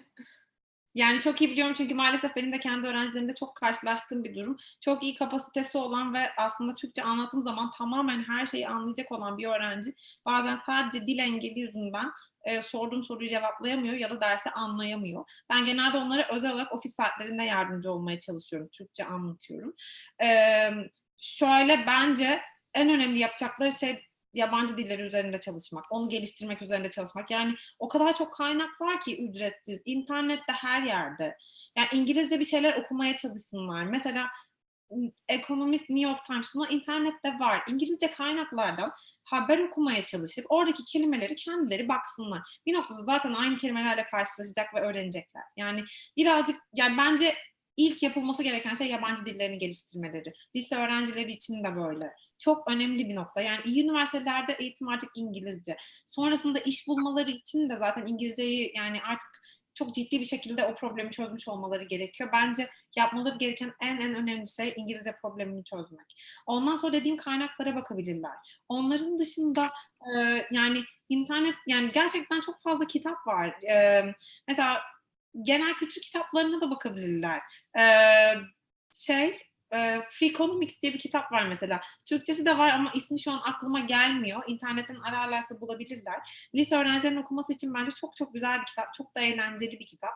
Speaker 2: Yani çok iyi biliyorum çünkü maalesef benim de kendi öğrencilerimde çok karşılaştığım bir durum. Çok iyi kapasitesi olan ve aslında Türkçe anlattığım zaman tamamen her şeyi anlayacak olan bir öğrenci bazen sadece dil engeli yüzünden sorduğum soruyu cevaplayamıyor ya da dersi anlayamıyor. Ben genelde onlara özel olarak ofis saatlerinde yardımcı olmaya çalışıyorum. Türkçe anlatıyorum. Şöyle, bence en önemli yapacakları şey yabancı dilleri üzerinde çalışmak, onu geliştirmek üzerinde çalışmak. Yani o kadar çok kaynak var ki ücretsiz, internette her yerde. Yani İngilizce bir şeyler okumaya çalışsınlar. Mesela Economist, New York Times, bunlar internette var. İngilizce kaynaklardan haber okumaya çalışıp oradaki kelimeleri kendileri baksınlar. Bir noktada zaten aynı kelimelerle karşılaşacak ve öğrenecekler. Yani birazcık, yani bence ilk yapılması gereken şey yabancı dillerini geliştirmeleri. Lise öğrencileri için de böyle. Çok önemli bir nokta. Yani iyi üniversitelerde eğitim artık İngilizce. Sonrasında iş bulmaları için de zaten İngilizceyi, yani artık çok ciddi bir şekilde o problemi çözmüş olmaları gerekiyor. Bence yapmaları gereken en önemli şey İngilizce problemini çözmek. Ondan sonra dediğim kaynaklara bakabilirler. Onların dışında yani internet, yani gerçekten çok fazla kitap var. Mesela genel kültür kitaplarına da bakabilirler. Şey Free Economics diye bir kitap var mesela. Türkçesi de var ama ismi şu an aklıma gelmiyor. İnternetten ararlarsa bulabilirler. Lise öğrencilerinin okuması için bence çok çok güzel bir kitap. Çok da eğlenceli bir kitap.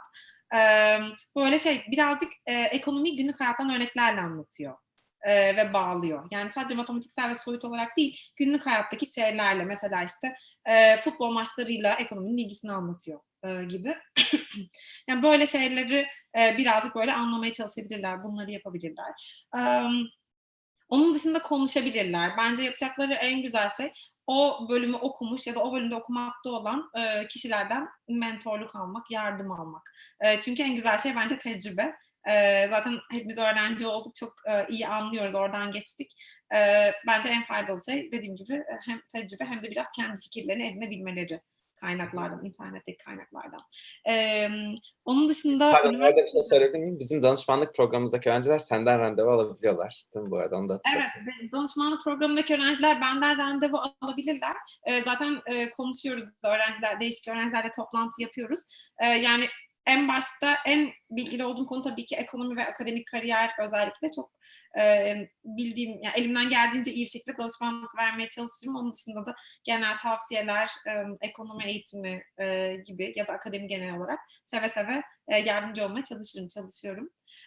Speaker 2: Böyle birazcık ekonomiyi günlük hayattan örneklerle anlatıyor. Ve bağlıyor. Yani sadece matematiksel ve soyut olarak değil, günlük hayattaki şeylerle, mesela işte futbol maçlarıyla ekonominin ilgisini anlatıyor gibi. Yani böyle şeyleri birazcık böyle anlamaya çalışabilirler, bunları yapabilirler. Onun dışında konuşabilirler. Bence yapacakları en güzel şey o bölümü okumuş ya da o bölümde okumakta olan kişilerden mentorluk almak, yardım almak. Çünkü en güzel şey bence tecrübe. Zaten hepimiz öğrenci olduk, çok iyi anlıyoruz, oradan geçtik. Bence en faydalı şey, dediğim gibi, hem tecrübe hem de biraz kendi fikirlerini edinebilmeleri kaynaklardan, internetteki kaynaklardan. Onun dışında
Speaker 1: Pardon, orada bir şey söyleyebilir miyim? Bizim danışmanlık programımızdaki öğrenciler senden randevu alabiliyorlar. Değil mi bu arada? Onu da
Speaker 2: Evet,
Speaker 1: hatırlatayım.
Speaker 2: danışmanlık programındaki öğrenciler benden randevu alabilirler. Zaten konuşuyoruz da, değişik öğrencilerle toplantı yapıyoruz. Yani en başta en bilgili olduğum konu tabii ki ekonomi ve akademik kariyer, özellikle çok bildiğim, yani elimden geldiğince iyi bir şekilde danışmanlık vermeye çalışırım. Onun dışında da genel tavsiyeler, ekonomi eğitimi gibi ya da akademi genel olarak seve seve yardımcı olmaya çalışıyorum.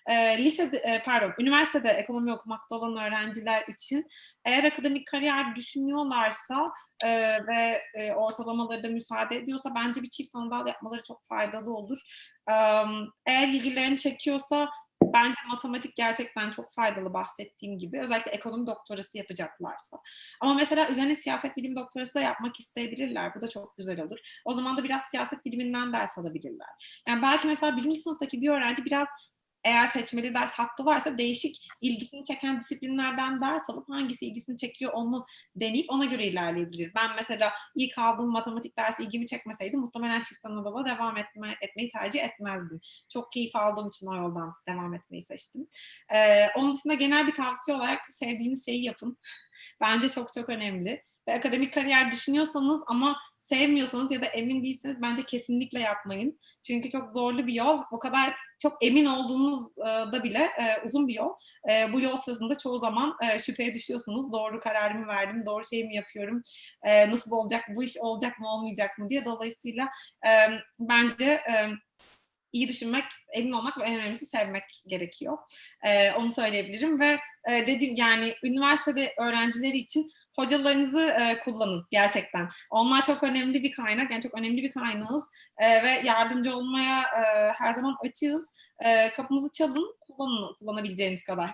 Speaker 2: Üniversitede ekonomi okumakta olan öğrenciler için, eğer akademik kariyer düşünüyorlarsa ve ortalamaları da müsaade ediyorsa, bence bir çift anadal yapmaları çok faydalı olur. Eğer ilgilerini çekiyorsa, bence matematik gerçekten çok faydalı, bahsettiğim gibi. Özellikle ekonomi doktorası yapacaklarsa. Ama mesela üzerine siyaset bilim doktorası da yapmak isteyebilirler. Bu da çok güzel olur. O zaman da biraz siyaset biliminden ders alabilirler. Yani belki mesela birinci sınıftaki bir öğrenci biraz, eğer seçmeli ders hakkı varsa, değişik ilgisini çeken disiplinlerden ders alıp hangisi ilgisini çekiyor onu deneyip ona göre ilerleyebilir. Ben mesela ilk aldığım matematik dersi ilgimi çekmeseydi muhtemelen çift anadala devam etmeyi tercih etmezdim. Çok keyif aldığım için o yoldan devam etmeyi seçtim. Onun dışında genel bir tavsiye olarak, sevdiğiniz şeyi yapın. Bence çok çok önemli. Ve akademik kariyer düşünüyorsanız ama sevmiyorsanız ya da emin değilseniz, bence kesinlikle yapmayın. Çünkü çok zorlu bir yol. O kadar çok emin olduğunuzda bile uzun bir yol. Bu yol sırasında çoğu zaman şüpheye düşüyorsunuz. Doğru kararımı verdim, doğru şeyi mi yapıyorum, nasıl olacak, bu iş olacak mı olmayacak mı diye. Dolayısıyla bence iyi düşünmek, emin olmak ve en önemlisi sevmek gerekiyor. Onu söyleyebilirim ve dediğim, yani üniversitede öğrencileri için hocalarınızı kullanın gerçekten. Onlar çok önemli bir kaynak, yani çok önemli bir kaynağız ve yardımcı olmaya her zaman açığız. Kapımızı çalın, kullanabileceğiniz kadar.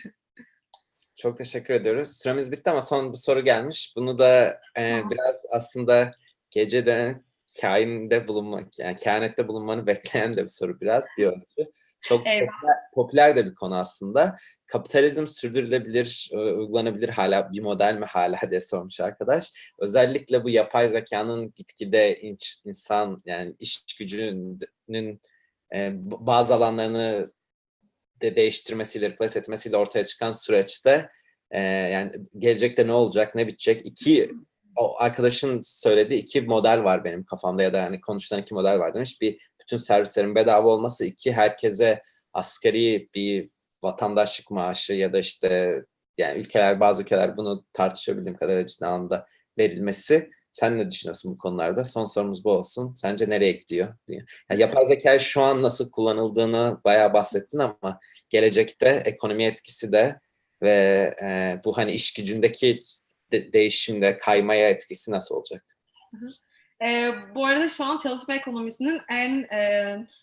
Speaker 1: Çok teşekkür ediyoruz. Süremiz bitti ama son bir soru gelmiş. Bunu da biraz aslında geceden kainde bulunmak, yani kehanette bulunmanı bekleyen de bir soru biraz. Biyoloji. Çok popüler de bir konu aslında. Kapitalizm sürdürülebilir, uygulanabilir hala bir model mi hala diye sormuş arkadaş. Özellikle bu yapay zekanın gitgide insan, yani iş gücünün bazı alanlarını değiştirmesiyle, replace etmesiyle ortaya çıkan süreçte yani gelecekte ne olacak, ne bitecek? O arkadaşın söylediği iki model var benim kafamda, ya da yani konuşulan iki model var demiş. Bir, bütün servislerin bedava olması. İki, herkese asgari bir vatandaşlık maaşı ya da işte, yani bazı ülkeler bunu tartışıyor bildiğim kadarıyla, ciddi anlamda verilmesi. Sen ne düşünüyorsun bu konularda? Son sorumuz bu olsun. Sence nereye gidiyor diyor. Yani yapay zeka şu an nasıl kullanıldığını bayağı bahsettin ama gelecekte ekonomi etkisi de ve bu hani iş gücündeki değişimde kaymaya etkisi nasıl olacak?
Speaker 2: Bu arada şu an çalışma ekonomisinin en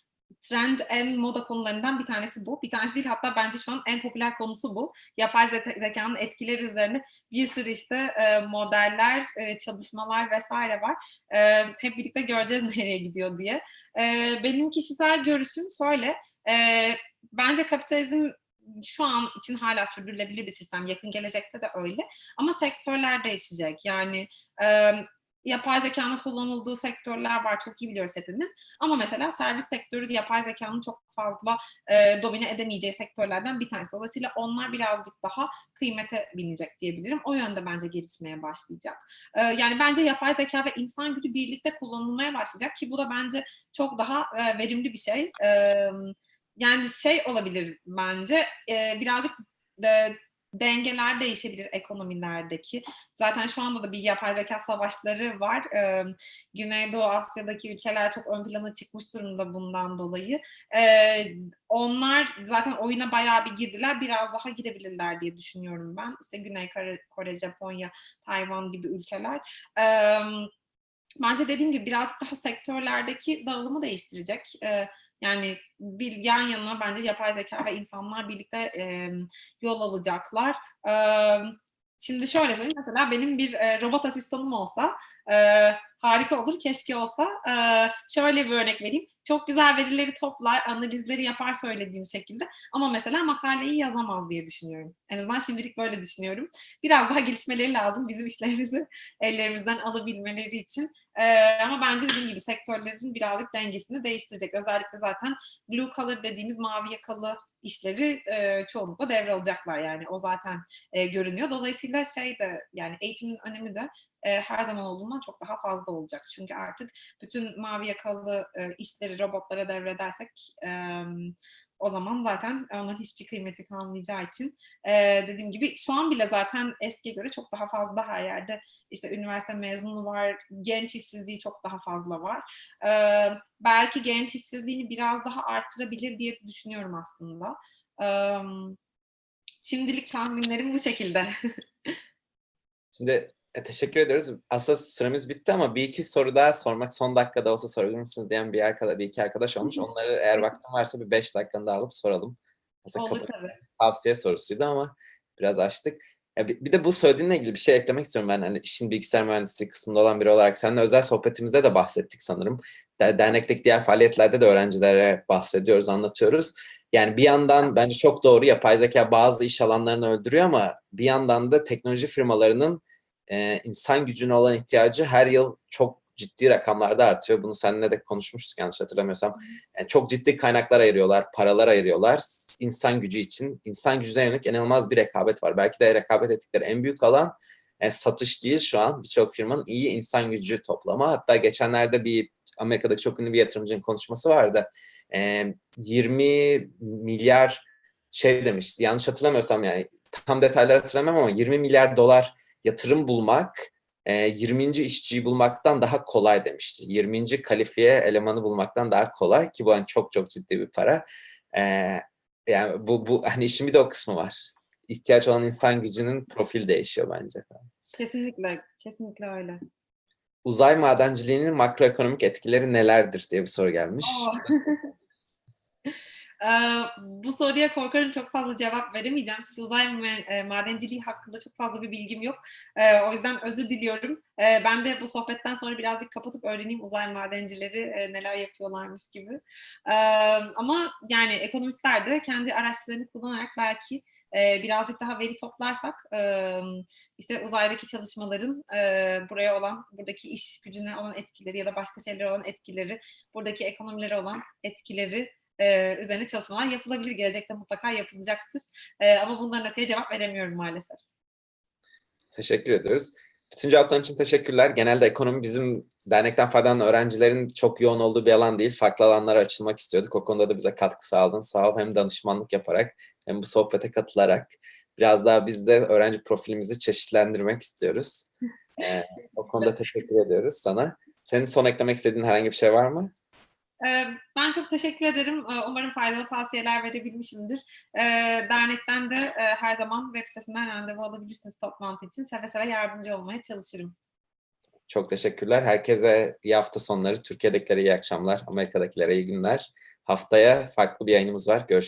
Speaker 2: trend, en moda konularından bir tanesi bu. Bir tanesi değil, hatta bence şu an en popüler konusu bu. Yapay zekanın etkileri üzerine bir sürü işte modeller, çalışmalar vesaire var. Hep birlikte göreceğiz nereye gidiyor diye. Benim kişisel görüşüm şöyle. Bence kapitalizm şu an için hala sürdürülebilir bir sistem. Yakın gelecekte de öyle. Ama sektörler değişecek. Yani yapay zekanın kullanıldığı sektörler var. Çok iyi biliyoruz hepimiz. Ama mesela servis sektörü yapay zekanın çok fazla domine edemeyeceği sektörlerden bir tanesi. Dolayısıyla onlar birazcık daha kıymete binecek diyebilirim. O yönde bence gelişmeye başlayacak. Yani bence yapay zeka ve insan gücü birlikte kullanılmaya başlayacak ki bu da bence çok daha verimli bir şey. Yani şey olabilir bence, birazcık dengeler değişebilir ekonomilerdeki. Zaten şu anda da bir yapay zeka savaşları var. Güneydoğu Asya'daki ülkeler çok ön plana çıkmış durumda bundan dolayı. Onlar zaten oyuna bayağı bir girdiler. Biraz daha girebilirler diye düşünüyorum ben. İşte Güney Kore, Japonya, Tayvan gibi ülkeler. Bence dediğim gibi birazcık daha sektörlerdeki dağılımı değiştirecek. Yani bir yan yana bence yapay zeka ve insanlar birlikte yol alacaklar. Şimdi şöyle söyleyeyim, mesela benim bir robot asistanım olsa harika olur, keşke olsa. Şöyle bir örnek vereyim. Çok güzel verileri toplar, analizleri yapar söylediğim şekilde. Ama mesela makaleyi yazamaz diye düşünüyorum. En azından şimdilik böyle düşünüyorum. Biraz daha gelişmeleri lazım bizim işlerimizi ellerimizden alabilmeleri için. Ama bence dediğim gibi sektörlerin birazcık dengesini değiştirecek. Özellikle zaten blue collar dediğimiz mavi yakalı işleri çoğunlukla devralacaklar, yani o zaten görünüyor. Dolayısıyla şey de, yani eğitimin önemi de her zaman olduğundan çok daha fazla olacak. Çünkü artık bütün mavi yakalı işleri robotlara devredersek o zaman zaten onların hiçbir kıymeti kalmayacağı için dediğim gibi şu an bile zaten eskiye göre çok daha fazla her yerde işte üniversite mezunu var, genç işsizliği çok daha fazla var. Belki genç işsizliğini biraz daha arttırabilir diye düşünüyorum aslında. Şimdilik tahminlerim bu şekilde.
Speaker 1: Şimdi teşekkür ediyoruz. Aslında süremiz bitti ama bir iki soru daha sormak, son dakikada olsa sorabilir misiniz diyen bir iki arkadaş olmuş. Onları eğer vaktin varsa bir 5 dakikanı da alıp soralım. Aslında
Speaker 2: Olur tabii.
Speaker 1: tavsiye sorusuydu ama biraz açtık. Ya bir de bu söylediğinle ilgili bir şey eklemek istiyorum ben. Hani işin bilgisayar mühendisliği kısmında olan biri olarak seninle özel sohbetimizde de bahsettik sanırım. Dernekteki diğer faaliyetlerde de öğrencilere bahsediyoruz, anlatıyoruz. Yani bir yandan bence çok doğru, yapay zeka bazı iş alanlarını öldürüyor ama bir yandan da teknoloji firmalarının insan gücüne olan ihtiyacı her yıl çok ciddi rakamlarda artıyor. Bunu seninle de konuşmuştuk yanlış hatırlamıyorsam. Yani çok ciddi kaynaklar ayırıyorlar, paralar ayırıyorlar insan gücü için. İnsan gücüne yönelik inanılmaz bir rekabet var. Belki de rekabet ettikleri en büyük alan satış değil şu an. Birçok firmanın iyi insan gücü toplama. Hatta geçenlerde bir Amerika'daki çok ünlü bir yatırımcının konuşması vardı. 20 milyar şey demişti. Yanlış hatırlamıyorsam, yani tam detayları hatırlamam ama 20 milyar dolar yatırım bulmak 20. işçiyi bulmaktan daha kolay demişti. 20. kalifiye elemanı bulmaktan daha kolay ki bu hani çok çok ciddi bir para. Yani bu hani işin bir de o kısmı var. İhtiyaç olan insan gücünün profil değişiyor bence.
Speaker 2: Kesinlikle, kesinlikle öyle.
Speaker 1: Uzay madenciliğinin makroekonomik etkileri nelerdir diye bir soru gelmiş.
Speaker 2: Oh. Bu soruya korkarım çok fazla cevap veremeyeceğim. Çünkü uzay madenciliği hakkında çok fazla bir bilgim yok. O yüzden özür diliyorum. Ben de bu sohbetten sonra birazcık kapatıp öğreneyim uzay madencileri neler yapıyorlarmış gibi. Ama yani ekonomistler de kendi araçlarını kullanarak belki birazcık daha veri toplarsak işte uzaydaki çalışmaların buraya olan, buradaki iş gücüne olan etkileri ya da başka şeylere olan etkileri, buradaki ekonomilere olan etkileri üzerine çalışmalar yapılabilir. Gelecekte mutlaka yapılacaktır. Ama bunların öteye cevap veremiyorum maalesef.
Speaker 1: Teşekkür ediyoruz. Bütün cevapların için teşekkürler. Genelde ekonomi bizim dernekten faydalanan öğrencilerin çok yoğun olduğu bir alan değil. Farklı alanlara açılmak istiyorduk. O konuda da bize katkı sağladın. Sağ ol, hem danışmanlık yaparak hem bu sohbete katılarak. Biraz daha biz de öğrenci profilimizi çeşitlendirmek istiyoruz. O konuda teşekkür ediyoruz sana. Senin son eklemek istediğin herhangi bir şey var mı?
Speaker 2: Ben çok teşekkür ederim. Umarım faydalı tavsiyeler verebilmişimdir. Dernekten de her zaman web sitesinden randevu alabilirsiniz toplantı için. Seve seve yardımcı olmaya çalışırım.
Speaker 1: Çok teşekkürler. Herkese iyi hafta sonları. Türkiye'dekilere iyi akşamlar. Amerika'dakilere iyi günler. Haftaya farklı bir yayınımız var. Görüşmek